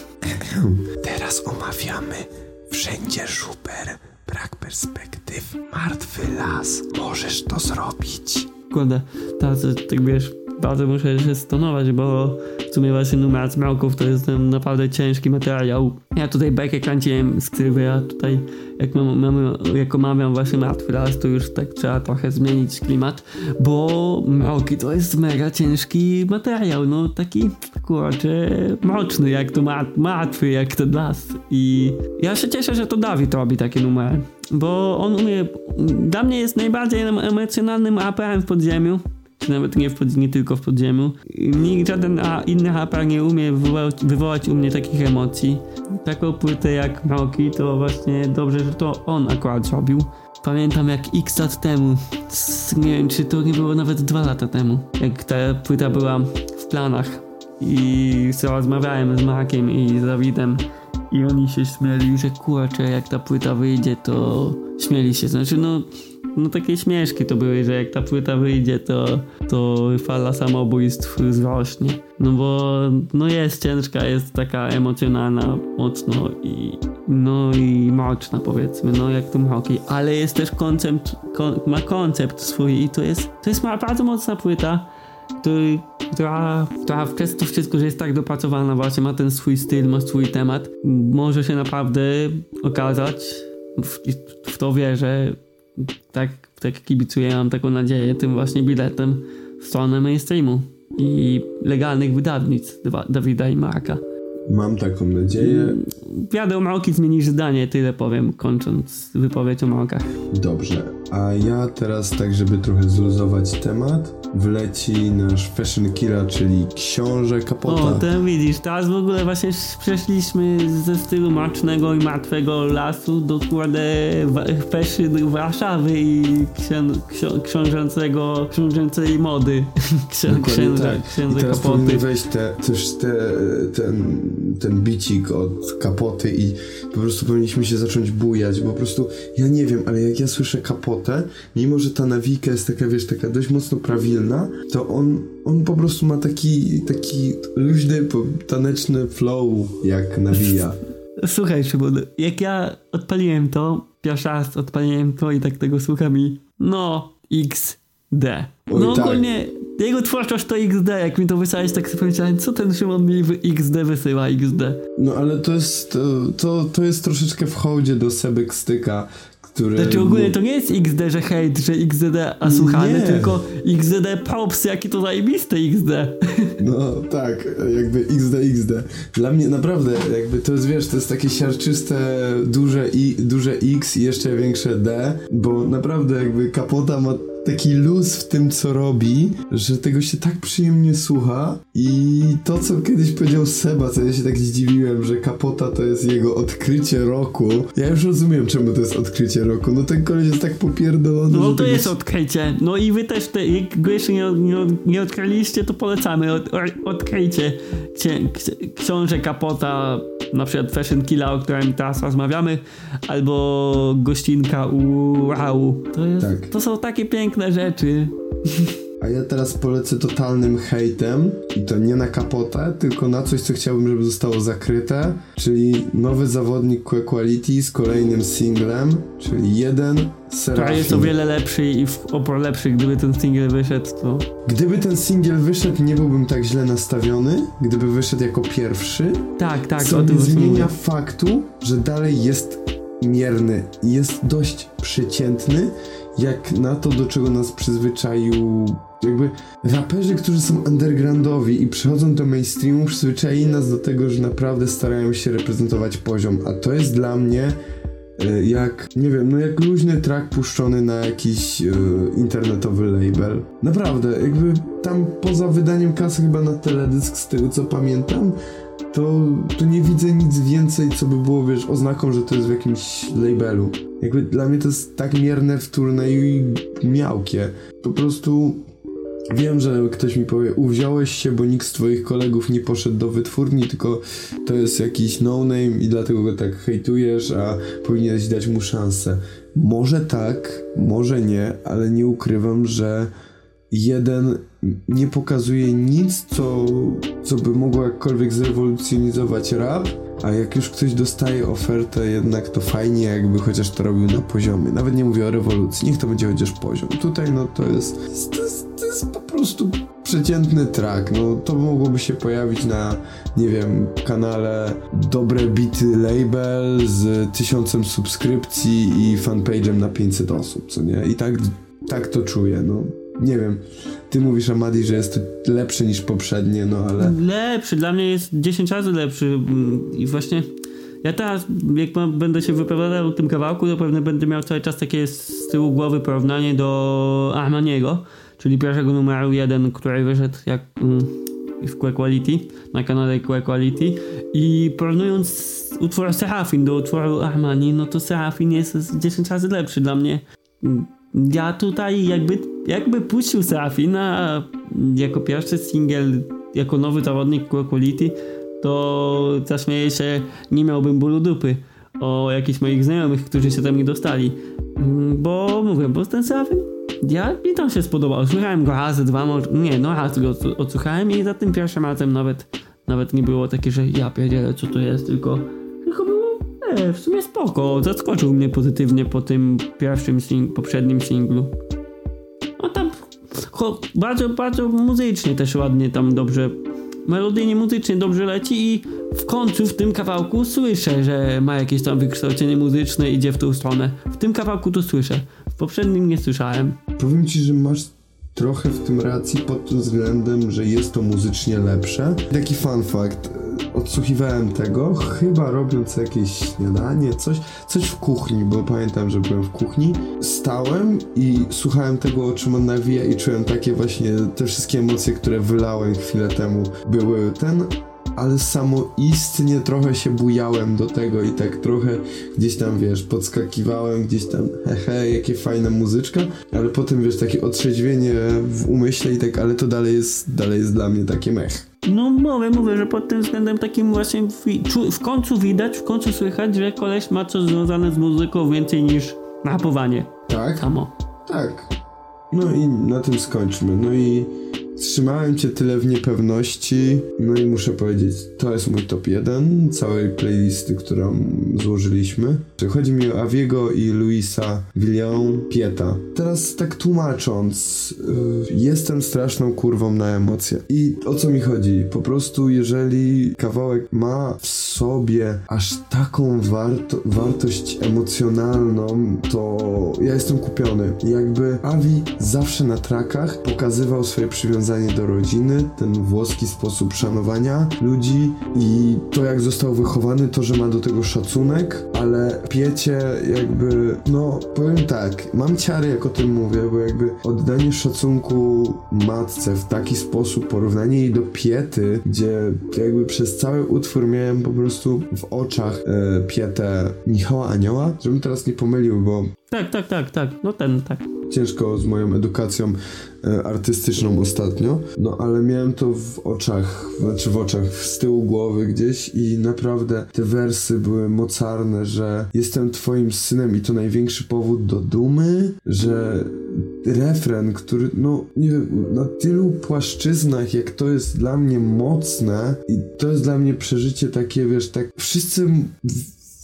Teraz omawiamy Wszędzie żuber, brak perspektyw, martwy las. Możesz to zrobić. Kurde, teraz tak wiesz, bardzo muszę się stonować, bo w sumie właśnie numer Smoków to jest naprawdę ciężki materiał. Ja tutaj bekę kręciłem z ksywy, a tutaj jak, mam, mam, jak omawiam właśnie martwy las, to już tak trzeba trochę zmienić klimat, bo Mroki to jest mega ciężki materiał, no taki kurczę mroczny, jak to martwy, jak ten las. I ja się cieszę, że to Dawid robi takie numery, bo on umie, dla mnie jest najbardziej emocjonalnym raperem w podziemiu. Czy nawet nie, w pod, nie tylko w podziemiu. Nikt, żaden a, inny raper nie umie wywołać, wywołać u mnie takich emocji. Taką płytę jak Mroki, to właśnie dobrze, że to on akurat zrobił. Pamiętam jak x lat temu, nie wiem czy to nie było nawet dwa lata temu, jak ta płyta była w planach i rozmawiałem z Markiem i z Dawidem i oni się śmieli, że kurczę, jak ta płyta wyjdzie, to śmieli się. Znaczy no No takie śmieszki to były, że jak ta płyta wyjdzie, to, to fala samobójstw wzrośnie. No bo no jest ciężka, jest taka emocjonalna mocno i no i mroczna powiedzmy, no jak to Mroki. Ale jest też koncept, kon, ma koncept swój i to jest, to jest bardzo mocna płyta, który, która, która przez to wszystko, że jest tak dopracowana, właśnie ma ten swój styl, ma swój temat. Może się naprawdę okazać, w, w to wierzę, tak, tak kibicuję, mam taką nadzieję, tym właśnie biletem w stronę mainstreamu i legalnych wydawnictw Dawida i Marka. Mam taką nadzieję. Jadę o Mroki, zmienisz zdanie, tyle powiem, kończąc wypowiedź o Mrokach. Dobrze, a ja teraz tak, żeby trochę zluzować temat, wleci nasz fashion killer, czyli Książę Kapota. O, to widzisz, teraz w ogóle właśnie przeszliśmy ze stylu mrocznego i martwego lasu do kurde fashion Warszawy i księ, ksią, książęcego, książęcej mody. Księ, księża, tak. księże I teraz Kapoty. powinny wejść te, też te, ten, ten bicik od Kapoty i po prostu powinniśmy się zacząć bujać, bo po prostu ja nie wiem, ale jak ja słyszę Kapotę, mimo że ta nawijka jest taka, wiesz, taka dość mocno prawilna, to on, on po prostu ma taki, taki luźny, taneczny flow, jak nawija. Słuchaj, Szymon, jak ja odpaliłem to, pierwszy raz odpaliłem to i tak tego słucham i no, X D. Oj, no tak. ogólnie jego twórczość to X D, jak mi to wysłałeś, tak sobie pomyślałem, co ten Szymon mi w X D wysyła, X D. No ale to jest, to, to, to jest troszeczkę w hołdzie do Sebek Styka, który... Znaczy ogólnie to nie jest X D, że hejt, że X D a słuchany, tylko X D props, jaki to zajebiste X D. No tak, jakby X D, X D. Dla mnie naprawdę, jakby to jest, wiesz, to jest takie siarczyste duże, I, duże X i jeszcze większe D, bo naprawdę jakby Kapota ma taki luz w tym, co robi, że tego się tak przyjemnie słucha i to, co kiedyś powiedział Seba, co ja się tak zdziwiłem, że Kapota to jest jego odkrycie roku. Ja już rozumiem, czemu to jest odkrycie roku. No ten koleś jest tak popierdolony. No że to jest jest odkrycie. No i wy też, te, jak go jeszcze nie, nie, nie odkryliście, to polecamy. Od, odkryjcie Księ, Książę Kapota, na przykład Fashion Killa, o którym teraz rozmawiamy, albo gościnka u Rau. To, jest, tak. To są takie piękne rzeczy. A ja teraz polecę totalnym hejtem i to nie na Kapotę, tylko na coś, co chciałbym, żeby zostało zakryte, czyli nowy zawodnik Q Quality z kolejnym singlem, czyli jeden Serafin. To jest o wiele lepszy i w opór lepszy, gdyby ten singiel wyszedł, to... Gdyby ten singiel wyszedł, nie byłbym tak źle nastawiony, gdyby wyszedł jako pierwszy. Tak, tak. Co nie zmienia faktu, że dalej jest mierny, jest dość przeciętny, jak na to, do czego nas przyzwyczaił jakby raperzy, którzy są undergroundowi i przychodzą do mainstreamu, przyzwyczaili nas do tego, że naprawdę starają się reprezentować poziom, a to jest dla mnie jak, nie wiem, no jak luźny track puszczony na jakiś yy, internetowy label. Naprawdę, jakby tam poza wydaniem kasy chyba na teledysk, z tego co pamiętam, to, to nie widzę nic więcej, co by było, wiesz, oznaką, że to jest w jakimś labelu. Jakby dla mnie to jest tak mierne, wtórne i miałkie. Po prostu wiem, że ktoś mi powie, uwziąłeś się, bo nikt z twoich kolegów nie poszedł do wytwórni, tylko to jest jakiś no-name i dlatego go tak hejtujesz, a powinieneś dać mu szansę. Może tak, może nie, ale nie ukrywam, że jeden nie pokazuje nic, co, co by mogło jakkolwiek zrewolucjonizować rap, a jak już ktoś dostaje ofertę, jednak to fajnie, jakby chociaż to robił na poziomie. Nawet nie mówię o rewolucji, niech to będzie chociaż poziom. Tutaj no to jest, to jest, to jest po prostu przeciętny track. No to mogłoby się pojawić na, nie wiem, kanale Dobre Bity Label z tysiącem subskrypcji i fanpage'em na pięćset osób, co nie? I tak, tak to czuję, no. Nie wiem, ty mówisz, Amadi, że jest to lepszy niż poprzednie, no ale... Lepszy, dla mnie jest dziesięć razy lepszy i właśnie ja teraz, jak mam, będę się wypowiadał o tym kawałku, to pewnie będę miał cały czas takie z tyłu głowy porównanie do Ahmaniego, czyli pierwszego numeru jeden, który wyszedł jak mm, w Q Quality, na kanale Q Quality, i porównując utwór Serafin do utworu Ahmani, no to Serafin jest dziesięć razy lepszy dla mnie. Ja tutaj jakby, jakby puścił Serafina jako pierwszy singiel, jako nowy zawodnik Q Quality, to zaśmieję się, nie miałbym bólu dupy o jakichś moich znajomych, którzy się tam nie dostali. Bo mówię, bo ten Serafin, ja mi tam się spodobał. Słuchałem go raz, dwa, może, nie, no raz go odsłuchałem i za tym pierwszym razem nawet, nawet nie było takie, że ja pierdzielę, co to jest, tylko tylko było E, w sumie spoko, zaskoczył mnie pozytywnie po tym pierwszym sing- poprzednim singlu. No tam cho, bardzo, bardzo muzycznie też ładnie tam dobrze, melodyjnie, muzycznie dobrze leci i w końcu w tym kawałku słyszę, że ma jakieś tam wykształcenie muzyczne, idzie w tą stronę. W tym kawałku to słyszę, w poprzednim nie słyszałem. Powiem ci, że masz trochę w tym racji pod tym względem, że jest to muzycznie lepsze. Taki fun fact, odsłuchiwałem tego, chyba robiąc jakieś śniadanie, coś, coś w kuchni, bo pamiętam, że byłem w kuchni. Stałem i słuchałem tego, o czym on nawija i czułem takie właśnie te wszystkie emocje, które wylałem chwilę temu. Były ten... ale samoistnie trochę się bujałem do tego i tak trochę gdzieś tam, wiesz, podskakiwałem, gdzieś tam hehe, jakie fajna muzyczka, ale potem, wiesz, takie otrzeźwienie w umyśle i tak, ale to dalej jest, dalej jest dla mnie takie mech. No mówię, mówię, że pod tym względem takim właśnie w, w końcu widać, w końcu słychać, że koleś ma coś związane z muzyką więcej niż rapowanie. Tak? Samo. Tak. No i na tym skończmy. No i trzymałem cię tyle w niepewności, no i muszę powiedzieć, to jest mój top jeden całej playlisty, którą złożyliśmy. Chodzi mi o Aviego i Luisa Villon Pieta. Teraz tak tłumacząc, yy, jestem straszną kurwą na emocje. I o co mi chodzi? Po prostu jeżeli kawałek ma w sobie aż taką warto- wartość emocjonalną, to ja jestem kupiony. Jakby Avi zawsze na trackach pokazywał swoje przywiązanie do rodziny, ten włoski sposób szanowania ludzi i to, jak został wychowany, to, że ma do tego szacunek, ale Piecie jakby, no powiem tak, mam ciary, jak o tym mówię, bo jakby oddanie szacunku matce w taki sposób, porównanie jej do Piety, gdzie jakby przez cały utwór miałem po prostu w oczach e, Pietę Michała Anioła, żebym teraz nie pomylił, bo Tak, tak, tak, tak, no ten, tak. ciężko z moją edukacją e, artystyczną ostatnio, no ale miałem to w oczach, znaczy w oczach, z tyłu głowy gdzieś i naprawdę te wersy były mocarne, że jestem twoim synem i to największy powód do dumy, że refren, który, no nie wiem, na tylu płaszczyznach, jak to jest dla mnie mocne i to jest dla mnie przeżycie takie, wiesz, tak wszyscy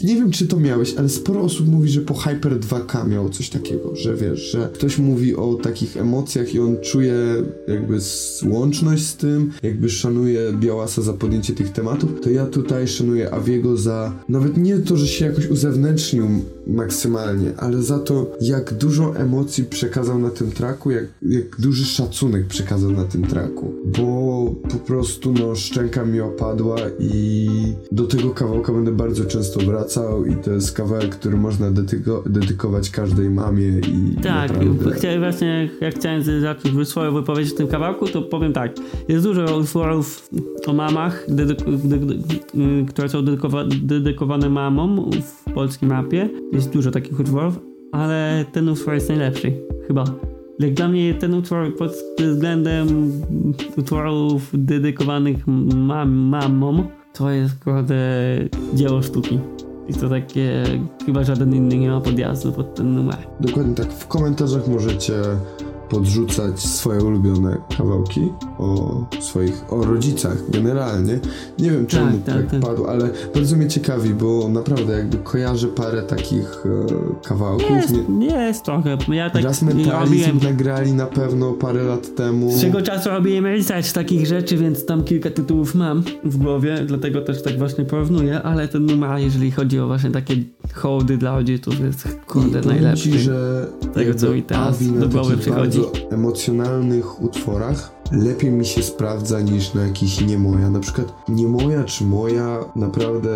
nie wiem, czy to miałeś, ale sporo osób mówi, że po Hyper dwa K miało coś takiego, że wiesz, że ktoś mówi o takich emocjach i on czuje jakby łączność z tym, jakby szanuje Białasa za podjęcie tych tematów, to ja tutaj szanuję Aviego za, nawet nie to, że się jakoś uzewnętrznił maksymalnie, ale za to, jak dużo emocji przekazał na tym tracku, jak, jak duży szacunek przekazał na tym tracku, bo po prostu no szczęka mi opadła i do tego kawałka będę bardzo często wracał i to jest kawałek, który można dedyko- dedykować każdej mamie i tak, naprawdę... chciałem właśnie, jak chciałem zacząć swoją wypowiedź w tym kawałku, to powiem tak, jest dużo utworów o mamach, dedyko- dedyko- które są dedykowa- dedykowane mamom w polskim rapie, jest dużo takich utworów, ale ten utwór jest najlepszy, chyba. Jak dla mnie ten utwór pod względem utworów dedykowanych mam, mamom, to jest kurde dzieło sztuki. I to takie, chyba żaden inny nie ma podjazdu pod ten numer. Dokładnie tak, w komentarzach możecie podrzucać swoje ulubione kawałki o swoich, o rodzicach generalnie. Nie wiem czemu tak, tak, tak, tak padło, ale bardzo mnie ciekawi, bo naprawdę jakby kojarzę parę takich e, kawałków. Jest, nie, jest trochę. Ja tak Raz Mentalizm robiłem... nagrali na pewno parę lat temu. Z czego czasu robiłem research takich rzeczy, więc tam kilka tytułów mam w głowie, dlatego też tak właśnie porównuję, ale ten numer, jeżeli chodzi o właśnie takie hołdy dla rodziców, jest kurde I najlepszy. Ci, że tego co mi teraz do głowy przychodzi. W emocjonalnych utworach lepiej mi się sprawdza niż na jakiś Nie Moja. Na przykład Nie Moja czy Moja naprawdę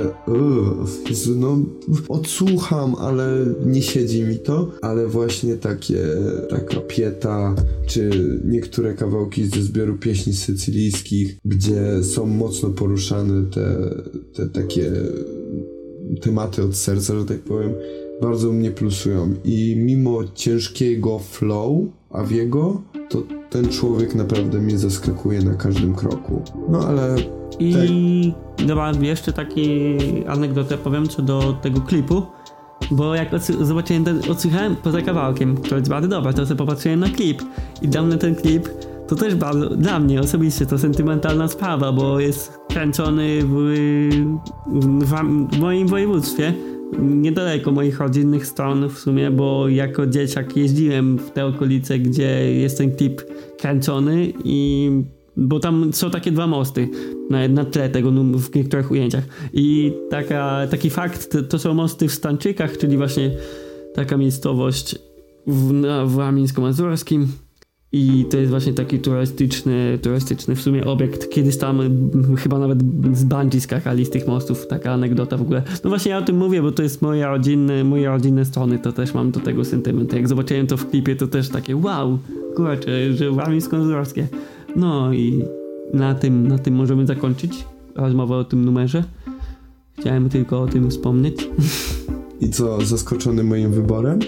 yy, no odsłucham, ale nie siedzi mi to, ale właśnie takie taka Pieta czy niektóre kawałki ze zbioru pieśni sycylijskich, gdzie są mocno poruszane te, te takie tematy od serca, że tak powiem, bardzo mnie plusują i mimo ciężkiego flow Aviego, to ten człowiek naprawdę mnie zaskakuje na każdym kroku. No ale... I tak. Dobra, jeszcze taki anegdotę powiem co do tego klipu, bo jak odsy- zobaczyłem ten, odsłuchałem poza kawałkiem, który jest bardzo dobry, to sobie popatrzyłem na klip i dla mnie ten klip to też bardzo, dla mnie osobiście to sentymentalna sprawa, bo jest kręcony w, w, w moim województwie, niedaleko moich rodzinnych stron w sumie, bo jako dzieciak jeździłem w te okolice, gdzie jest ten klip kręcony i bo tam są takie dwa mosty na, na tle tego w niektórych ujęciach i taka, taki fakt, to, to są mosty w Stanczykach, czyli właśnie taka miejscowość w, na, w Ramińsko-Mazurskim. I to jest właśnie taki turystyczny, turystyczny w sumie obiekt. Kiedyś tam chyba nawet z bungee skakali z tych mostów. Taka anegdota w ogóle. No właśnie ja o tym mówię, bo to jest moje rodzinne, moje rodzinne strony, to też mam do tego sentyment. Jak zobaczyłem to w klipie, to też takie wow, kurczę, że Ramińsko-Mazurskie. No i na tym, na tym możemy zakończyć rozmowę o tym numerze. Chciałem tylko o tym wspomnieć. I co, zaskoczony moim wyborem?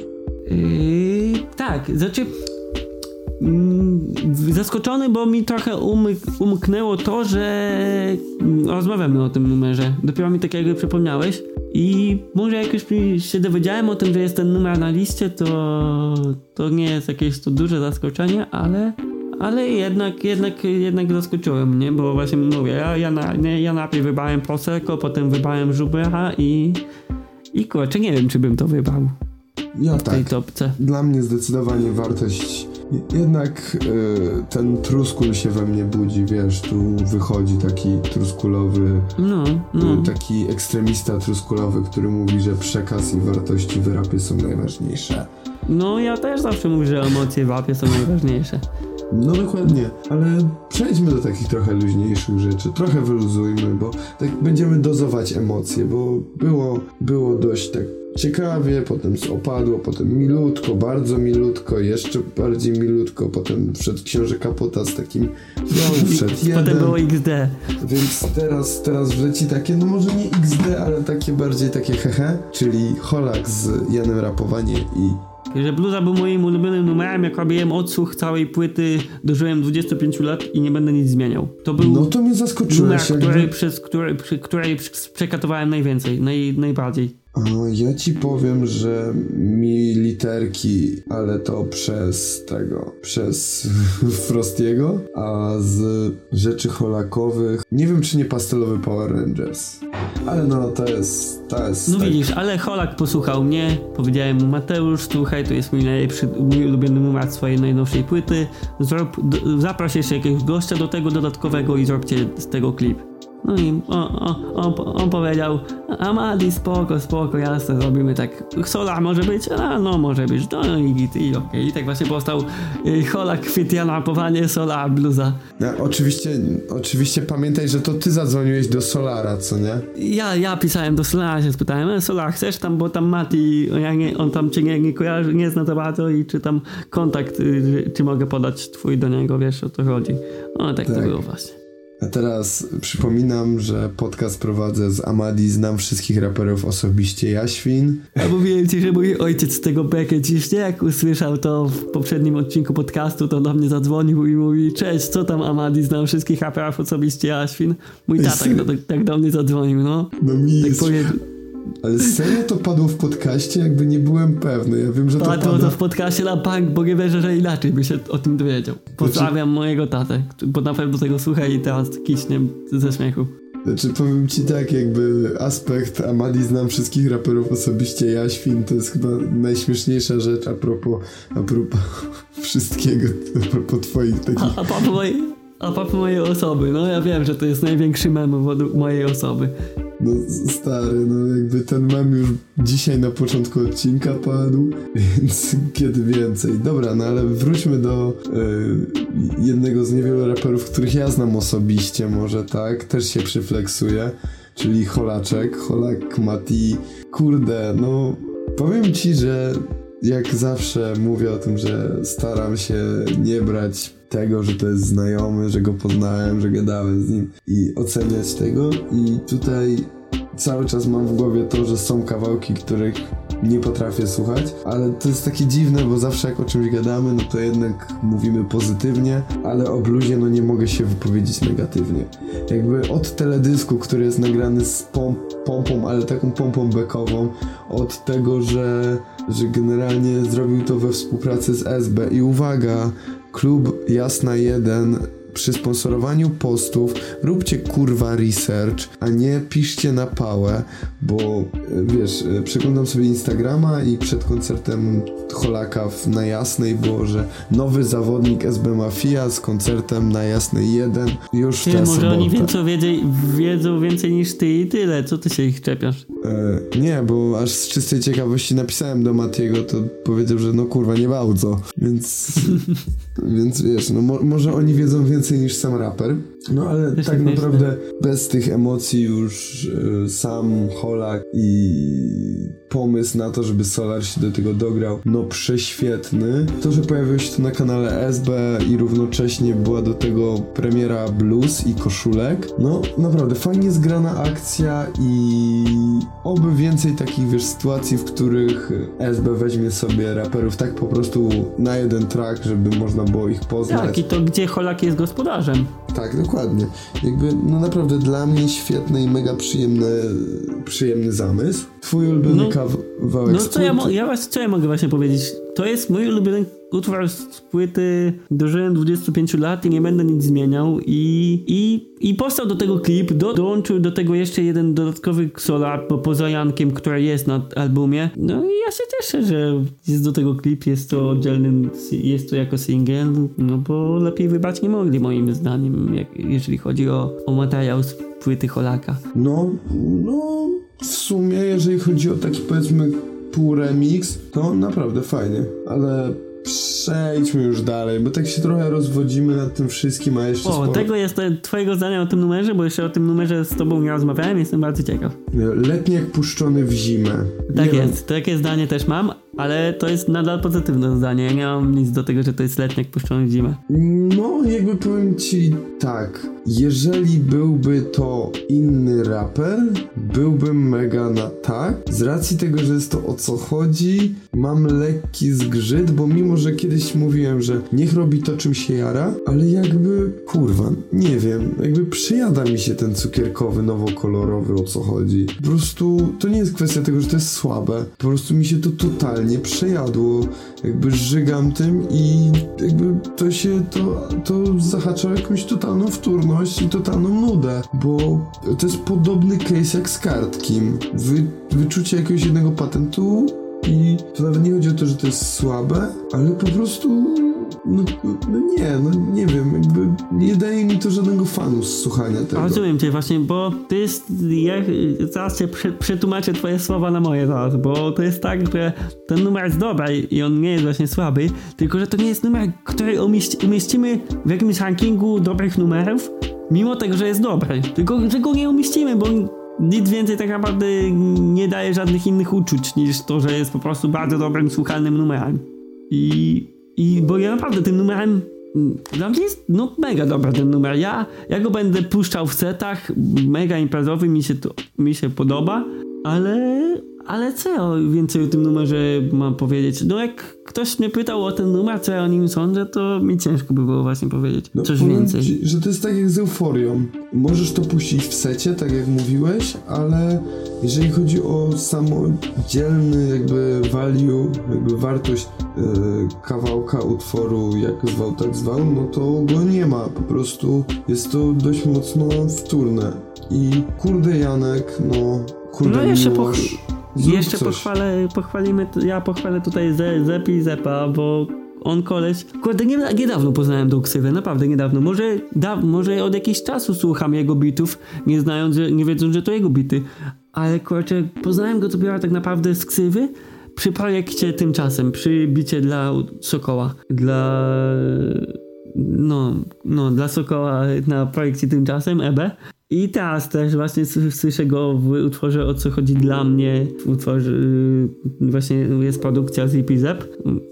Yy, tak, znaczy... Zaskoczony, bo mi trochę umyk- umknęło to, że rozmawiamy o tym numerze. Dopiero mi tak jakby przypomniałeś i może jak już się dowiedziałem o tym, że jest ten numer na liście, to to nie jest jakieś to duże zaskoczenie, ale ale jednak, jednak, jednak zaskoczyło mnie, bo właśnie mówię, ja, ja, na, ja najpierw wybrałem Prosecco, potem wybrałem Żubera i i kurczę, nie wiem, czy bym to wybrał. Ja w tej tak. topce. Dla mnie zdecydowanie wartość. Jednak y, ten truskul się we mnie budzi, wiesz, tu wychodzi taki truskulowy, no, no. Y, taki ekstremista truskulowy, który mówi, że przekaz i wartości w rapie są najważniejsze. No ja też zawsze mówię, że emocje w rapie są najważniejsze. No dokładnie, ale przejdźmy do takich trochę luźniejszych rzeczy, trochę wyluzujmy, bo tak będziemy dozować emocje, bo było, było dość tak ciekawie, potem opadło, potem milutko, bardzo milutko, jeszcze bardziej milutko, potem wszedł Książę Kapota z takim, no wszedł jeden. Potem było X D. Więc teraz, teraz wleci takie, no może nie X D, ale takie bardziej takie hehe, czyli Holak z Janem Rapowanie i że Bluza był moim ulubionym numerem, jak robiłem odsłuch całej płyty, dożyłem dwudziestu pięciu lat i nie będę nic zmieniał. To był no to mnie zaskoczyłeś, numer, który, jakby... przez który, przy której przekatowałem najwięcej, naj, najbardziej. O, ja ci powiem, że mi literki, ale to przez tego, przez Frostiego, a z rzeczy holakowych, nie wiem czy nie pastelowy Power Rangers, ale no to jest, to jest... No tak. widzisz, ale Holak posłuchał mnie, powiedziałem mu Mateusz, słuchaj, to jest mój najlepszy, mój ulubiony numer swojej najnowszej płyty, zrób, d- zaproś jeszcze jakiegoś gościa do tego dodatkowego i zróbcie z tego klip. No i on, on, on, on powiedział, Amadi, spoko, spoko, jasne, zrobimy tak. Solar może być? A no może być. No i, i, i okej. Okay. I tak właśnie powstał y, Holak Fitianapowanie Solar Bluesa. No, oczywiście, oczywiście pamiętaj, że to ty zadzwoniłeś do Solara, co nie? Ja, ja pisałem do Solara, się spytałem, e, Solar, chcesz tam, bo tam Mati, ja nie, on tam cię nie, nie kojarzy, nie zna to bardzo i czy tam kontakt, y, czy mogę podać twój do niego, wiesz o to chodzi. No tak, tak. To było właśnie. A teraz przypominam, że podcast prowadzę z Amadi, znam wszystkich raperów osobiście, Jaświn. A mówiłem ci, że mój ojciec z tego bekę ciśnie, jak usłyszał to w poprzednim odcinku podcastu, to do mnie zadzwonił i mówi, cześć, co tam Amadi, znam wszystkich raperów osobiście, Jaświn. Mój tata tak, tak, tak do mnie zadzwonił, no. No mi tak jest... powie... Ale serio to padło w podcaście? Jakby nie byłem pewny. Ja wiem, że to padło. Padło to w podcaście na bank, bo nie wierzę, że inaczej by się o tym dowiedział. Pozdrawiam znaczy... mojego tatę, bo na pewno tego słucha i teraz kiśnie ze śmiechu. Znaczy powiem ci tak, jakby aspekt Amadi znam wszystkich raperów osobiście, Jaświn, to jest chyba najśmieszniejsza rzecz a propos, a propos wszystkiego, a propos twoich takich... A, a propos mojej, a propos mojej osoby, no ja wiem, że to jest największy mem według mojej osoby. No stary, no jakby ten mem już dzisiaj na początku odcinka padł, więc kiedy więcej. Dobra, no ale wróćmy do y, jednego z niewielu raperów, których ja znam osobiście, może tak, też się przyfleksuje, czyli Holaczek, Holak Mati. Kurde, no powiem ci, że jak zawsze mówię o tym, że staram się nie brać tego, że to jest znajomy, że go poznałem, że gadałem z nim i oceniać tego i tutaj cały czas mam w głowie to, że są kawałki, których nie potrafię słuchać, ale to jest takie dziwne, bo zawsze jak o czymś gadamy, no to jednak mówimy pozytywnie, ale o bluzie no nie mogę się wypowiedzieć negatywnie. Jakby od teledysku, który jest nagrany z pomp, pompą, ale taką pompą bekową, od tego, że, że generalnie zrobił to we współpracy z S B i uwaga, klub Jasna jeden przy sponsorowaniu postów róbcie kurwa research, a nie piszcie na pałę, bo wiesz, przeglądam sobie Instagrama i przed koncertem Holaka w, na Jasnej było, że nowy zawodnik S B Mafia z koncertem na Jasnej jeden już ty, ta może sobota. Oni wiedzą, wiedziej, wiedzą więcej niż ty i tyle, co ty się ich czepiasz? E, nie, bo aż z czystej ciekawości napisałem do Matiego, to powiedział, że no kurwa nie bardzo, więc więc wiesz, no mo- może oni wiedzą więcej niż sam raper, no ale wiesz, tak naprawdę bez tych emocji już y, sam Holak i pomysł na to, żeby Solar się do tego dograł, no prześwietny. To, że pojawiło się to na kanale S B i równocześnie była do tego premiera blues i koszulek, no naprawdę fajnie zgrana akcja i oby więcej takich, wiesz, sytuacji, w których S B weźmie sobie raperów tak po prostu na jeden track, żeby można było ich poznać. Tak, i to gdzie Holak jest gospodarzem. Tak, dokładnie. Jakby, no naprawdę dla mnie świetny i mega przyjemny, przyjemny zamysł. Twój ulubiony no, kawałek No co ja, mo- ja was, co ja mogę właśnie powiedzieć? To jest mój ulubiony utwór z płyty, dożyłem dwudziestu pięciu lat i nie będę nic zmieniał i, i, i powstał do tego klip, do, dołączył do tego jeszcze jeden dodatkowy Solar, bo poza Jankiem, który jest na albumie. No i ja się cieszę, że jest do tego klip, jest to oddzielny, jest to jako single, no bo lepiej wybrać nie mogli moim zdaniem, jak, jeżeli chodzi o, o materiał z płyty Holaka. No, no w sumie jeżeli chodzi o taki powiedzmy pół remix, to naprawdę fajnie, ale przejdźmy już dalej, bo tak się trochę rozwodzimy nad tym wszystkim, a jeszcze O, sporo... tego jest twojego zdania o tym numerze, bo jeszcze o tym numerze z tobą nie rozmawiałem, jestem bardzo ciekaw. Letniak puszczony w zimę. Tak nie jest, wiem. Takie zdanie też mam. ale to jest nadal pozytywne zdanie. Ja nie mam nic do tego, że to jest letniak puszczony w zimę. No, jakby powiem ci tak, jeżeli byłby to inny raper, byłbym mega na tak. Z racji tego, że jest to o co chodzi, mam lekki zgrzyt, bo mimo, że kiedyś mówiłem, że niech robi to, czym się jara, ale jakby, kurwa, nie wiem, jakby przyjada mi się ten cukierkowy, nowokolorowy, o co chodzi. Po prostu to nie jest kwestia tego, że to jest słabe, po prostu mi się to totalnie przejadło, jakby żygam tym i jakby to się, to, to zahacza o jakąś totalną wtórność i totalną nudę, bo to jest podobny case jak z Kartkim. Wy, wyczucie jakiegoś jednego patentu i to nawet nie chodzi o to, że to jest słabe, ale po prostu no, no nie, no nie wiem, jakby nie daje mi to żadnego fanu z słuchania tego. Rozumiem cię właśnie, bo to jest, ja zaraz cię prze, przetłumaczę twoje słowa na moje zaraz, bo to jest tak, że ten numer jest dobry i on nie jest właśnie słaby, tylko że to nie jest numer, który umieści, umieścimy w jakimś rankingu dobrych numerów, mimo tego, że jest dobry, tylko że go nie umieścimy, bo nic więcej tak naprawdę nie daje żadnych innych uczuć niż to, że jest po prostu bardzo dobrym, słuchalnym numerem. I I bo ja naprawdę tym numerem, dla mnie jest no mega dobry ten numer. Ja, ja go będę puszczał w setach, mega imprezowy, mi się to mi się podoba, ale, ale co ja więcej o tym numerze mam powiedzieć? No jak ktoś mnie pytał o ten numer, co ja o nim sądzę, to mi ciężko by było właśnie powiedzieć no, coś więcej. Ci, że to jest tak jak z Euforią. Możesz to puścić w secie, tak jak mówiłeś, ale jeżeli chodzi o samodzielny jakby value, jakby wartość yy, kawałka, utworu, jak zwał, tak zwał, no to go nie ma. Po prostu jest to dość mocno wtórne. I kurde Janek, no kurde no jeszcze Miłosz, po, Jeszcze pochwalę, pochwalimy, ja pochwalę tutaj Ze, Zepi i Zepa, bo on koleś, kurde, nie, niedawno poznałem tą ksywę, naprawdę niedawno, może, da, może od jakiegoś czasu słucham jego bitów, nie znając, nie wiedząc, że to jego bity, ale kurczę, poznałem go dopiero tak naprawdę z ksywy przy projekcie Tymczasem, przy bicie dla Sokoła, dla no, no dla Sokoła na projekcie Tymczasem, E B. I teraz też właśnie słyszę go w utworze O co chodzi dla mnie, w utworze yy, właśnie jest produkcja Zip i Zep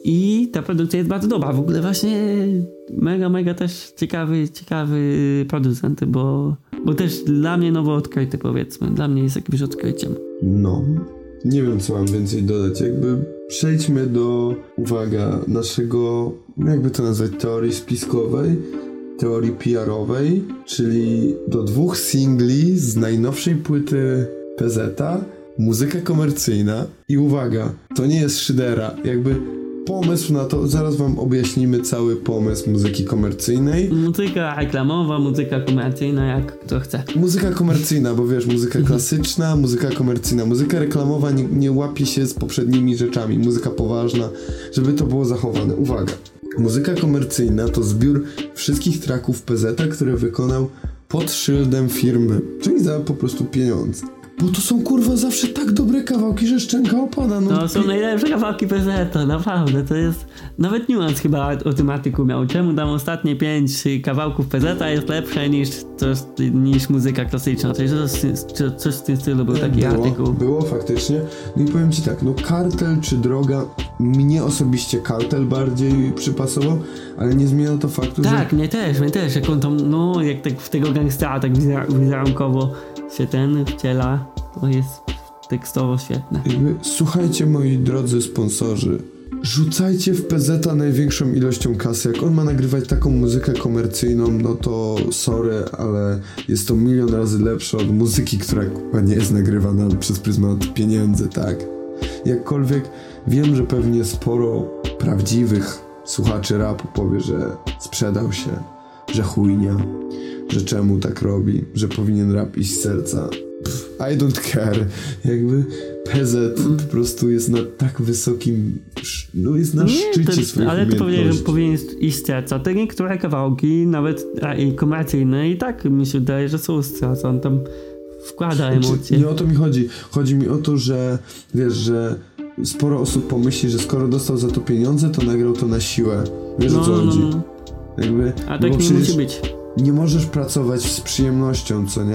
i ta produkcja jest bardzo dobra, w ogóle właśnie mega, mega też ciekawy, ciekawy producent, bo, bo też dla mnie nowo odkryty, powiedzmy, dla mnie jest jakimś odkryciem. No, nie wiem co mam więcej dodać, jakby przejdźmy do, uwaga, naszego, jakby to nazwać, teorii spiskowej, teorii P R-owej, czyli do dwóch singli z najnowszej płyty P Z-a, muzyka komercyjna i uwaga, to nie jest szydera, jakby pomysł na to, zaraz wam objaśnimy cały pomysł muzyki komercyjnej. Muzyka reklamowa, muzyka komercyjna, jak kto chce. Muzyka komercyjna, bo wiesz, muzyka klasyczna, muzyka komercyjna, muzyka reklamowa nie, nie łapie się z poprzednimi rzeczami, muzyka poważna, żeby to było zachowane. Uwaga, muzyka komercyjna to zbiór wszystkich tracków P Z-a, które wykonał pod szyldem firmy, czyli za po prostu pieniądze. Bo to są kurwa zawsze tak dobre kawałki, że szczęka opada. No to są pi- najlepsze kawałki P Z-a, naprawdę, to jest... Nawet Nuance chyba o tym artykuł miał. Czemu tam ostatnie pięć kawałków P Z-a jest lepsze niż, coś, niż muzyka klasyczna. Coś, coś, coś w tym stylu był taki było, artykuł. Było faktycznie. No i powiem ci tak, no Kartel czy Droga, mnie osobiście Kartel bardziej przypasował, ale nie zmienia to faktu, tak, że... Tak, mnie też, mnie też. Jak on tam, no, jak tak w tego gangstera tak wizerunkowo się ten wciela, to jest tekstowo świetne. Jakby, słuchajcie moi drodzy sponsorzy, rzucajcie w P Z-a największą ilością kasy. Jak on ma nagrywać taką muzykę komercyjną, no to sorry, ale jest to milion razy lepsze od muzyki, która chyba nie jest nagrywana przez pryzmat pieniędzy, tak? Jakkolwiek wiem, że pewnie sporo prawdziwych słuchaczy rapu powie, że sprzedał się, że chujnia, że czemu tak robi, że powinien rap iść z serca. Pff, I don't care. Jakby P Z po prostu jest na tak wysokim, no jest na nie, szczycie to, swoich ale to powinien, że powinien iść z serca. Te niektóre kawałki, nawet a, i komercyjne, i tak mi się wydaje, że są z serca. On tam wkłada emocje. Nie o to mi chodzi. Chodzi mi o to, że wiesz, że sporo osób pomyśli, że skoro dostał za to pieniądze, to nagrał to na siłę. Wiesz no, o co no, chodzi? No. Jakby, a tak nie musi być. Nie możesz pracować z przyjemnością, co nie?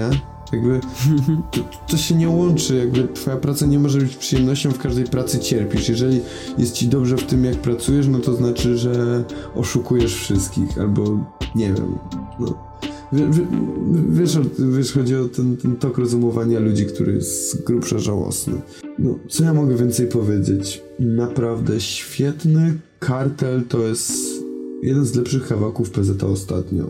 Jakby to, to się nie łączy, jakby twoja praca nie może być przyjemnością, w każdej pracy cierpisz. Jeżeli jest ci dobrze w tym, jak pracujesz, no to znaczy, że oszukujesz wszystkich, albo nie wiem, no. Wie, wie, wiesz, wiesz, chodzi o ten, ten tok rozumowania ludzi, który jest z grubsza żałosny. No, co ja mogę więcej powiedzieć? Naprawdę świetny. Kartel to jest jeden z lepszych kawałków P Z A ostatnio.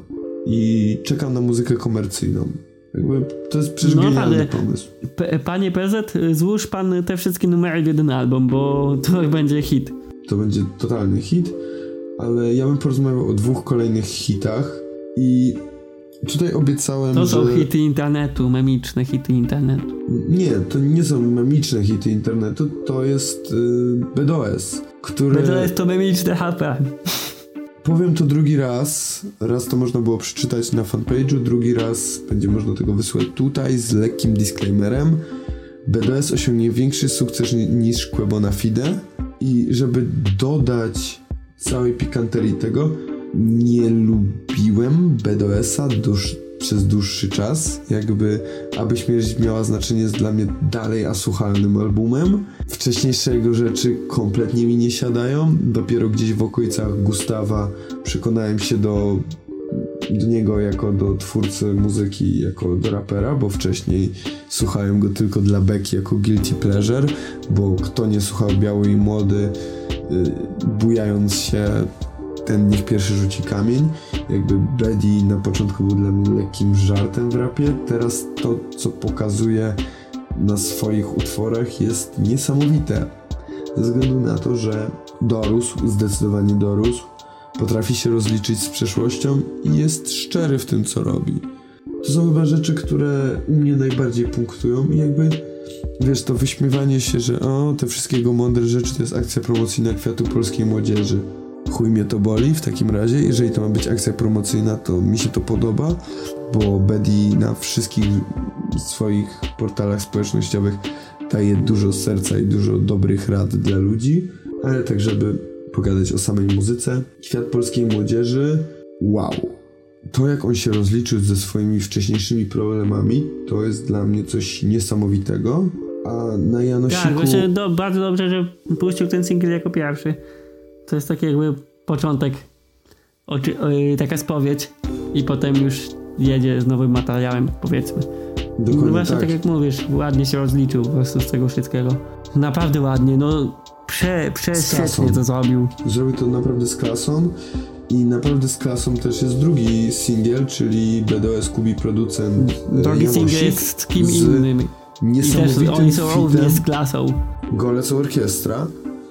I czekam na muzykę komercyjną. Jakby to jest przecież no, genialny pomysł. P- panie P Z, złóż pan te wszystkie numery w jeden album, bo to będzie hit. To będzie totalny hit, ale ja bym porozmawiał o dwóch kolejnych hitach i tutaj obiecałem, to są że... hity internetu, memiczne hity internetu. Nie, to nie są memiczne hity internetu, to jest yy, B D O S, które... B D O S to memiczne H P. Powiem to drugi raz. Raz to można było przeczytać na fanpage'u, drugi raz będzie można tego wysłać tutaj z lekkim disclaimerem. B D O S osiągnie większy sukces niż Quebo na Fide i żeby dodać całej pikanterii tego, nie lubiłem B D O S-a duż, przez dłuższy czas. Jakby Aby Śmierć miała znaczenie jest dla mnie dalej asłuchalnym albumem. Wcześniejsze jego rzeczy kompletnie mi nie siadają. Dopiero gdzieś w okolicach Gustawa przekonałem się do, do niego jako do twórcy muzyki, jako do rapera, bo wcześniej słuchałem go tylko dla beki jako guilty pleasure, bo kto nie słuchał Biały i Młody, yy, bujając się, ten niech pierwszy rzuci kamień. Jakby Bedi na początku był dla mnie lekkim żartem w rapie, teraz to, co pokazuje na swoich utworach, jest niesamowite. Ze względu na to, że dorósł, zdecydowanie dorósł, potrafi się rozliczyć z przeszłością i jest szczery w tym, co robi. To są chyba rzeczy, które u mnie najbardziej punktują i jakby, wiesz, to wyśmiewanie się, że o, te wszystkie jego mądre rzeczy to jest akcja promocyjna Kwiatu Polskiej Młodzieży. Chuj mnie to boli w takim razie, jeżeli to ma być akcja promocyjna, to mi się to podoba, bo Bedi na wszystkich swoich portalach społecznościowych daje dużo serca i dużo dobrych rad dla ludzi, ale tak, żeby pogadać o samej muzyce. Kwiat Polskiej Młodzieży, wow. To, jak on się rozliczył ze swoimi wcześniejszymi problemami, to jest dla mnie coś niesamowitego, a na Janosiku... Tak, właśnie do, bardzo dobrze, że puścił ten singiel jako pierwszy. To jest taki jakby początek, oczy, o, taka spowiedź i potem już jedzie z nowym materiałem, powiedzmy. Dokładnie no właśnie tak. tak jak mówisz, ładnie się rozliczył po prostu z tego wszystkiego. Naprawdę ładnie, no prze, prze świetnie to zrobił. Zrobił to naprawdę z klasą i naprawdę z klasą też jest drugi singiel, czyli B D O S Kubi producent Drugi singiel jest z kim innym. I też oni są również z klasą. Golec Orkiestra,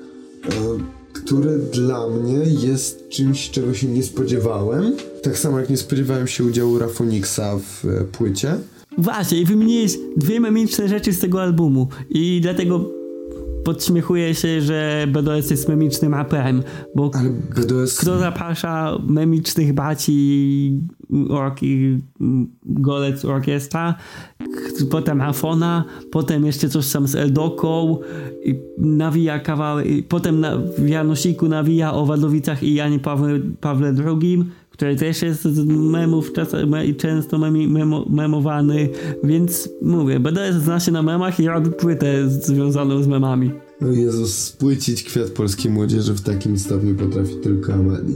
który dla mnie jest czymś, czego się nie spodziewałem. Tak samo jak nie spodziewałem się udziału Rafoniksa w płycie. Właśnie, i wymieniłeś dwie memiczne rzeczy z tego albumu i dlatego podśmiechuję się, że B D O S jest memicznym raperem, bo Ale B D O S... kto zaprasza memicznych baci orki, Golec Orkiestra, potem Afona, potem jeszcze coś tam z Eldoką, i nawija kawałek, potem na, w Janosiku nawija o Wadowicach i Janie Pawle, Pawle drugim, który też jest z memów czas, me, często memi, memo, memowany, więc mówię, B D O S zna się na memach i robi płytę związaną z memami. O Jezus, spłycić Kwiat Polskiej Młodzieży w takim stopniu potrafi tylko Amadi.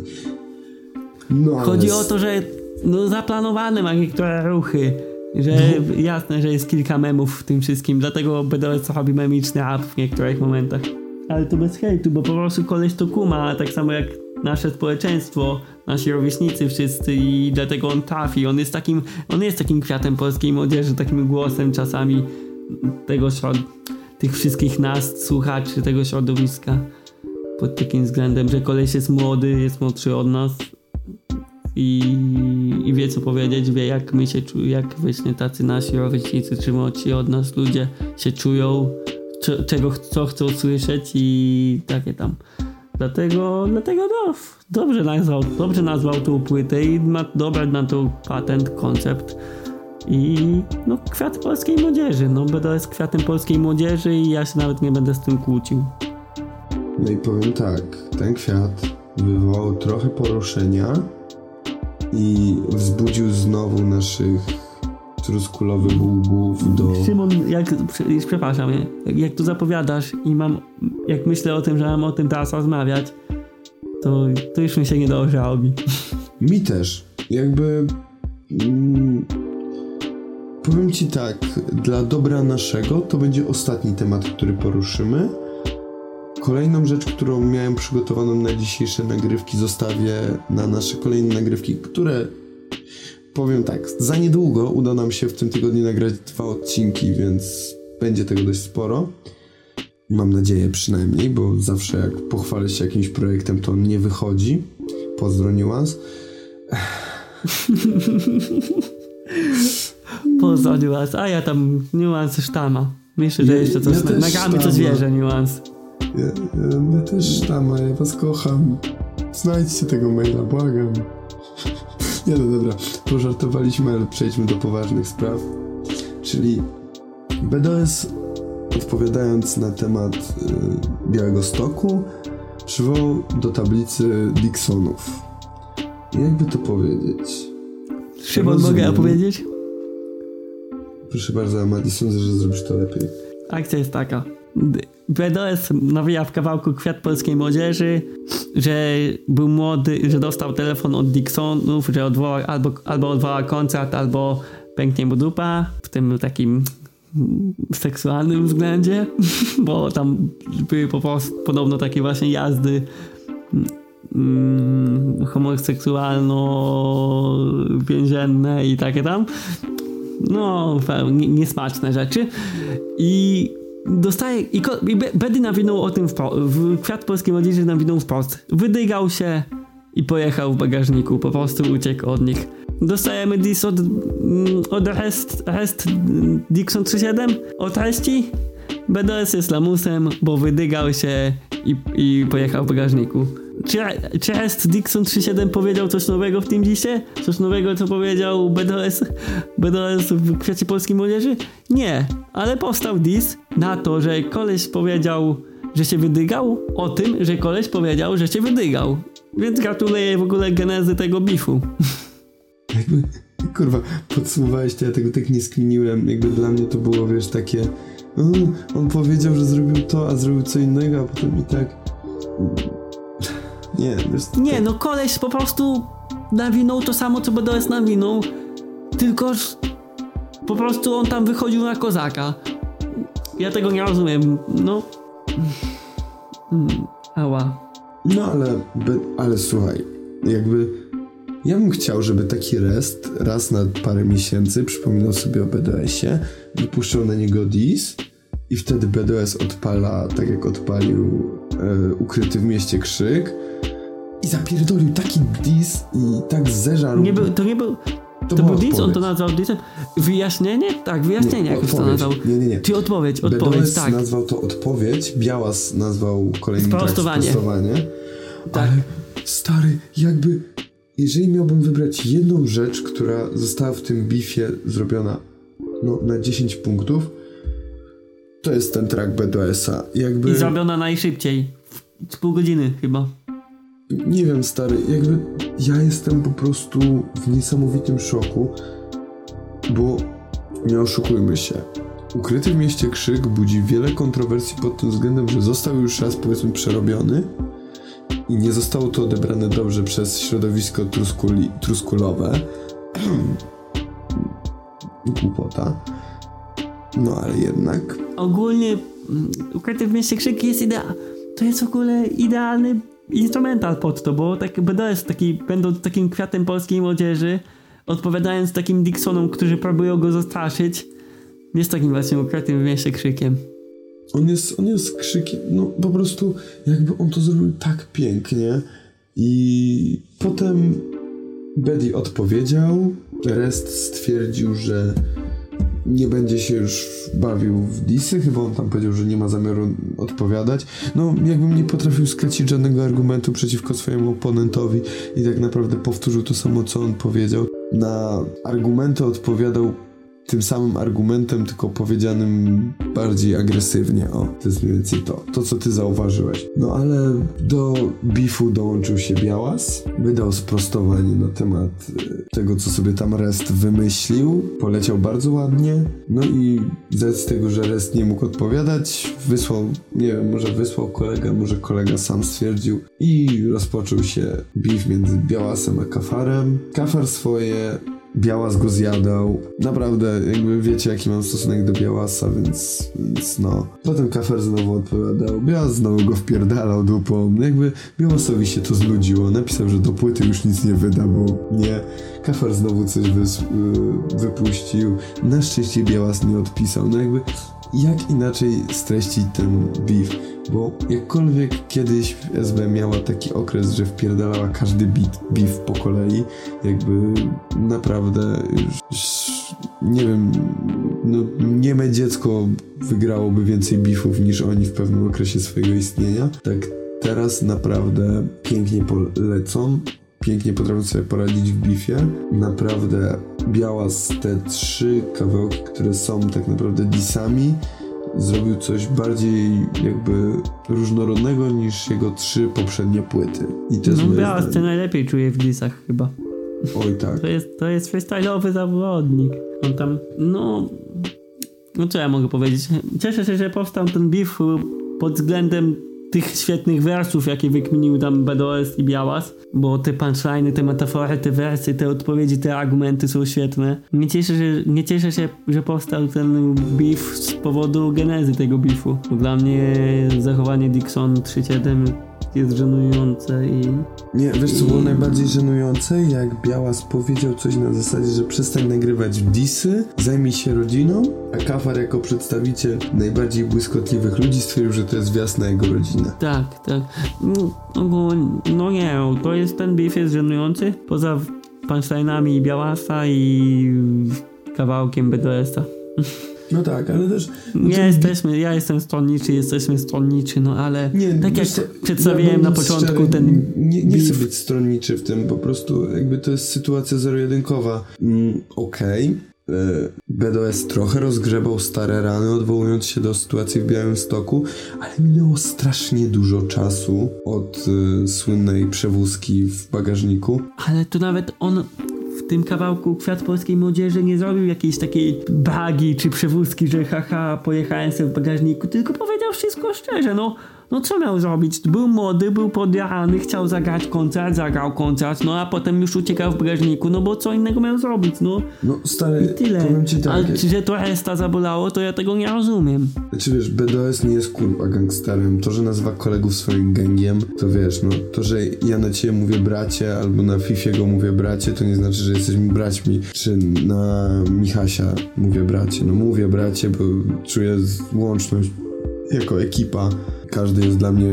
No, Chodzi ale... o to, że no zaplanowane ma niektóre ruchy, że no. Jasne, że jest kilka memów w tym wszystkim, dlatego B D O S robi memiczny rap w niektórych momentach. Ale to bez hejtu, bo po prostu koleś to kuma, tak samo jak nasze społeczeństwo, nasi rówieśnicy wszyscy i dlatego on trafi. On jest takim, on jest takim kwiatem polskiej młodzieży, takim głosem czasami tego środ- tych wszystkich nas, słuchaczy tego środowiska. Pod takim względem, że koleś jest młody, jest młodszy od nas i, i wie co powiedzieć, wie jak my się czujemy, jak właśnie tacy nasi rówieśnicy czy młodsi od nas ludzie się czują, c- czego co chcą słyszeć i takie tam. Dlatego, dlatego no, dobrze nazwał, dobrze nazwał tą płytę i ma dobry na to patent, koncept i no kwiat polskiej młodzieży, no B D O S kwiatem polskiej młodzieży i ja się nawet nie będę z tym kłócił. No i powiem tak, ten kwiat wywołał trochę poruszenia i wzbudził znowu naszych truskulowych łbów do... Szymon, jak, przepraszam, jak, jak tu zapowiadasz i mam, jak myślę o tym, że mam o tym teraz rozmawiać, to, to już mi się nie dobrze robi. Mi też. Jakby... Mm, powiem ci tak, dla dobra naszego to będzie ostatni temat, który poruszymy. Kolejną rzecz, którą miałem przygotowaną na dzisiejsze nagrywki, zostawię na nasze kolejne nagrywki, które, powiem tak, za niedługo uda nam się w tym tygodniu nagrać dwa odcinki, więc będzie tego dość sporo. Mam nadzieję przynajmniej, bo zawsze jak pochwalę się jakimś projektem, to on nie wychodzi. Pozdro niuans. Pozdro niuans, a ja tam niuans sztama. Myślę, że Ja- jeszcze coś, ja też nagramy co sztama. zwierzę niuans. Ja, ja, ja też sztama, ja was kocham. Znajdźcie tego maila, błagam. Nie no dobra, pożartowaliśmy, ale przejdźmy do poważnych spraw. Czyli B D O S, odpowiadając na temat y, Białegostoku, przywołał do tablicy Dixonów. I jakby to powiedzieć? Szymon, Rozumiem. mogę opowiedzieć? Proszę bardzo, Madison, że zrobisz to lepiej. Akcja jest taka. B D O S nawija w kawałku Kwiat Polskiej Młodzieży, że był młody, że dostał telefon od Dixonów, że odwoła, albo, albo odwoła koncert, albo pęknie mu dupa, w tym takim seksualnym względzie, bo tam były po prostu podobno takie właśnie jazdy mm, homoseksualno-więzienne i takie tam. No, niesmaczne rzeczy. I dostaje. I, ko, i Bedy nawinął o tym w, w Kwiat Polskiej Młodzieży nawinął wprost. Wydygał się i pojechał w bagażniku. Po prostu uciekł od nich. Dostajemy dis od, od rest, rest Dixon trzydzieści siedem o treści. B D O S jest lamusem, bo wydygał się i, i pojechał w bagażniku. Czy, czy Rest Dixon trzydzieści siedem powiedział coś nowego w tym dzisie? Coś nowego, co powiedział B D O S, B D O S w Kwiacie Polskiej Młodzieży? Nie, ale powstał dis na to, że koleś powiedział, że się wydygał, o tym, że koleś powiedział, że się wydygał. Więc gratuluję w ogóle genezy tego bifu. Jakby, kurwa, podsumowałeś to, ja tego tak nie skminiłem. Jakby dla mnie to było, wiesz, takie o, on powiedział, że zrobił to, a zrobił co innego, a potem i tak nie, wiesz, Nie, tak... no koleś po prostu nawinął to samo, co B D O S nawinął, tylko po prostu on tam wychodził na kozaka. Ja tego nie rozumiem, no. Hmm, ała. No ale, be, ale słuchaj, jakby ja bym chciał, żeby taki Rest raz na parę miesięcy przypominał sobie o B D O S-ie, wypuszczał na niego dis i wtedy B D O S odpala, tak jak odpalił e, Ukryty w mieście krzyk i zapierdolił taki dis i tak zeżarł. Nie był, to nie był... To, to był dis? On to nazwał disem? Wyjaśnienie? Tak, wyjaśnienie nie, jakoś to nazwał. Nie, nie, nie. Czy odpowiedź, odpowiedź, B D O S tak. nazwał to odpowiedź, Białas nazwał kolejny Sprostowanie. tak sprostowanie. Tak. Ale stary, jakby jeżeli miałbym wybrać jedną rzecz, która została w tym bifie zrobiona no, na dziesięć punktów, to jest ten track B D O S-a. Jakby... I zrobiona najszybciej. W pół godziny chyba. Nie wiem, stary, jakby ja jestem po prostu w niesamowitym szoku, bo nie oszukujmy się. Ukryty w mieście krzyk budzi wiele kontrowersji pod tym względem, że został już raz, powiedzmy, przerobiony i nie zostało to odebrane dobrze przez środowisko truskuli, truskulowe. Głupota. No ale jednak... Ogólnie Ukryty w mieście krzyk jest idea... To jest w ogóle idealny instrumental pod to, bo tak B D O S taki, będąc takim kwiatem polskiej młodzieży, odpowiadając takim Dixonom, którzy próbują go zastraszyć, jest takim właśnie Ukrytym w mieście krzykiem. On jest, on jest krzykiem, no po prostu jakby on to zrobił tak pięknie i potem Bedy odpowiedział, Rest stwierdził, że nie będzie się już bawił w disy, chyba on tam powiedział, że nie ma zamiaru odpowiadać. No jakbym nie potrafił sklecić żadnego argumentu przeciwko swojemu oponentowi i tak naprawdę powtórzył to samo, co on powiedział. Na argumenty odpowiadał tym samym argumentem, tylko powiedzianym bardziej agresywnie. O, to jest mniej więcej to. To, co ty zauważyłeś. No ale do beefu dołączył się Białas. Wydał sprostowanie na temat tego, co sobie tam Rest wymyślił. Poleciał bardzo ładnie. No i z tego, że Rest nie mógł odpowiadać, wysłał, nie wiem, może wysłał kolega, może kolega sam stwierdził i rozpoczął się beef między Białasem a Kafarem. Kafar swoje, Białas go zjadał. Naprawdę, jakby wiecie, jaki mam stosunek do Białasa, więc, więc no. Potem Kafar znowu odpowiadał, Białas znowu go wpierdalał dupą. Jakby Białasowi się to znudziło. Napisał, że do płyty już nic nie wyda, bo nie. Kafar znowu coś wys- wypuścił. Na szczęście Białas nie odpisał. No jakby, jak inaczej streścić ten beef? Bo jakkolwiek kiedyś w S B miała taki okres, że wpierdalała każdy beat, beef po kolei, jakby naprawdę już, nie wiem, no nieme dziecko wygrałoby więcej beefów niż oni w pewnym okresie swojego istnienia. Tak teraz naprawdę pięknie polecą. Pięknie potrafią sobie poradzić w beefie. Naprawdę Białas te trzy kawałki, które są tak naprawdę disami, zrobił coś bardziej jakby różnorodnego niż jego trzy poprzednie płyty. I to jest no Białas się najlepiej czuje w disach chyba. Oj tak. To jest, to jest freestyle'owy zawodnik. On tam, no... No co ja mogę powiedzieć? Cieszę się, że powstał ten beef pod względem tych świetnych wersów, jakie wykminił tam B D O S i Białas, bo te punchline'y, te metafory, te wersy, te odpowiedzi, te argumenty są świetne. Nie cieszę się, nie cieszę się, że powstał ten beef z powodu genezy tego beefu. Dla mnie zachowanie Dixon trzy siedem jest żenujące i... Nie, wiesz co było najbardziej żenujące? Jak Białas powiedział coś na zasadzie, że przestań nagrywać disy, zajmij się rodziną, a Kafar jako przedstawiciel najbardziej błyskotliwych ludzi stwierdził, że to jest wjazd na jego rodzinę. Tak, tak. No, no, no nie, to jest, ten beef jest żenujący, poza punchline'ami Białasa i kawałkiem B D O S-a. No tak, ale też... Nie jesteśmy, ja jestem stronniczy, jesteśmy stronniczy, no ale nie, tak jak co, przedstawiłem ja na początku szczery, ten... Nie, nie chcę być stronniczy w tym, po prostu jakby to jest sytuacja zero-jedynkowa. Mm, Okej. Okay. B D O S trochę rozgrzebał stare rany, odwołując się do sytuacji w Białymstoku, ale minęło strasznie dużo czasu od y, słynnej przewózki w bagażniku. Ale to nawet on... w tym kawałku Kwiat Polskiej Młodzieży nie zrobił jakiejś takiej bagi czy przewózki, że haha, pojechałem sobie w bagażniku, tylko powiedział wszystko szczerze, no, no co miał zrobić? Był młody, był podjarany, chciał zagrać koncert, zagrał koncert, no a potem już uciekał w bagażniku, no bo co innego miał zrobić, no. No stary, i tyle. Powiem ci tak. Ale jak... że to Resta zabolało, to ja tego nie rozumiem. Znaczy wiesz, B D O S nie jest kurwa gangsterem. To, że nazywa kolegów swoim gangiem, to wiesz, no, to, że ja na ciebie mówię bracie, albo na Fifiego mówię bracie, to nie znaczy, że jesteśmy braćmi. Czy na Michasia mówię bracie. No mówię bracie, bo czuję łączność jako ekipa. Każdy jest dla mnie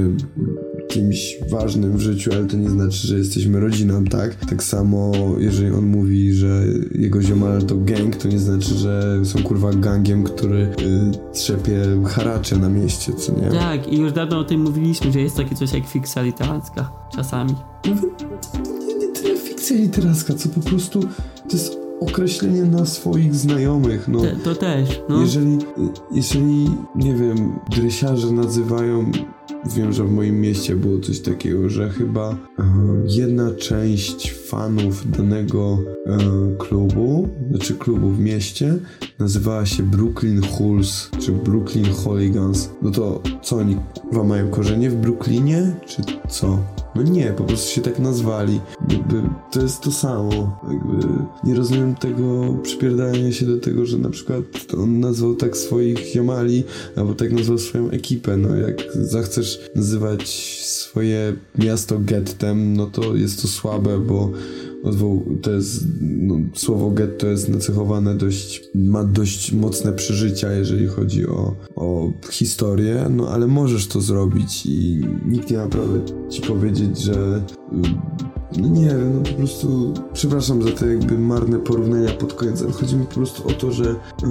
kimś ważnym w życiu, ale to nie znaczy, że jesteśmy rodziną, tak? Tak samo, jeżeli on mówi, że jego ziomal to gang, to nie znaczy, że są kurwa gangiem, który y, trzepie haracze na mieście, co nie? Tak, i już dawno o tym mówiliśmy, że jest takie coś jak fikcja literacka. Czasami. No, nie, nie tyle fikcja literacka, co po prostu to jest określenie na swoich znajomych, no. Te, to też, no. Jeżeli, jeżeli, nie wiem, dresiarze nazywają, wiem, że w moim mieście było coś takiego, że chyba e, jedna część fanów danego e, klubu, znaczy klubu w mieście, nazywała się Brooklyn Hulls, czy Brooklyn Hooligans. No to co, oni chyba mają korzenie w Brooklynie, czy co? No nie, po prostu się tak nazwali. Jakby to jest to samo. Jakby nie rozumiem tego przypierdania się do tego, że na przykład on nazwał tak swoich ziomali, albo tak nazwał swoją ekipę. No jak zachcesz nazywać swoje miasto gettem, no to jest to słabe, bo odwoł, to jest, no, słowo getto jest nacechowane dość, ma dość mocne przeżycia, jeżeli chodzi o, o historię, no ale możesz to zrobić i nikt nie ma prawa ci powiedzieć, że no nie wiem, no po prostu przepraszam za te jakby marne porównania pod koniec, ale chodzi mi po prostu o to, że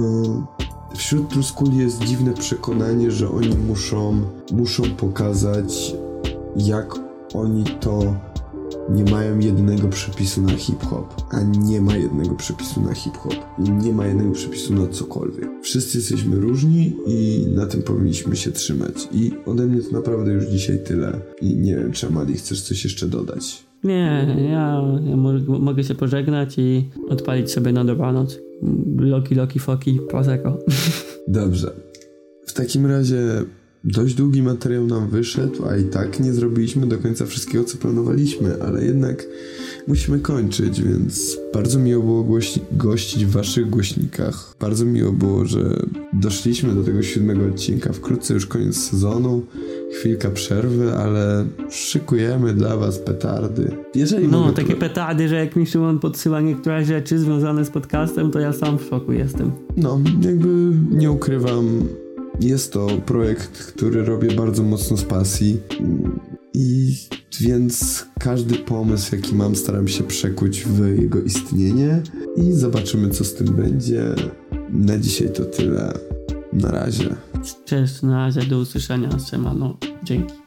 yy, wśród Truskuli jest dziwne przekonanie, że oni muszą, muszą pokazać, jak oni to nie mają jednego przepisu na hip-hop, a nie ma jednego przepisu na hip-hop i nie ma jednego przepisu na cokolwiek. Wszyscy jesteśmy różni i na tym powinniśmy się trzymać. I ode mnie to naprawdę już dzisiaj tyle. I nie wiem, czy Amadi chcesz coś jeszcze dodać? Nie, ja, ja mo- mogę się pożegnać i odpalić sobie na dobranoc. Loki, loki, foki, prosecco. Dobrze. W takim razie dość długi materiał nam wyszedł, a i tak nie zrobiliśmy do końca wszystkiego, co planowaliśmy, ale jednak musimy kończyć, więc bardzo miło było głosi- gościć w waszych głośnikach. Bardzo miło było, że doszliśmy do tego siódmego odcinka. Wkrótce już koniec sezonu, chwilka przerwy, ale szykujemy dla was petardy. Jeżeli No, mogę takie pro- petardy, że jak mi Szymon podsyła niektóre rzeczy związane z podcastem, to ja sam w szoku jestem. No, jakby nie ukrywam, jest to projekt, który robię bardzo mocno z pasji i więc każdy pomysł, jaki mam, staram się przekuć w jego istnienie i zobaczymy, co z tym będzie. Na dzisiaj to tyle. Na razie. Cześć, na razie, do usłyszenia, siemano, dzięki.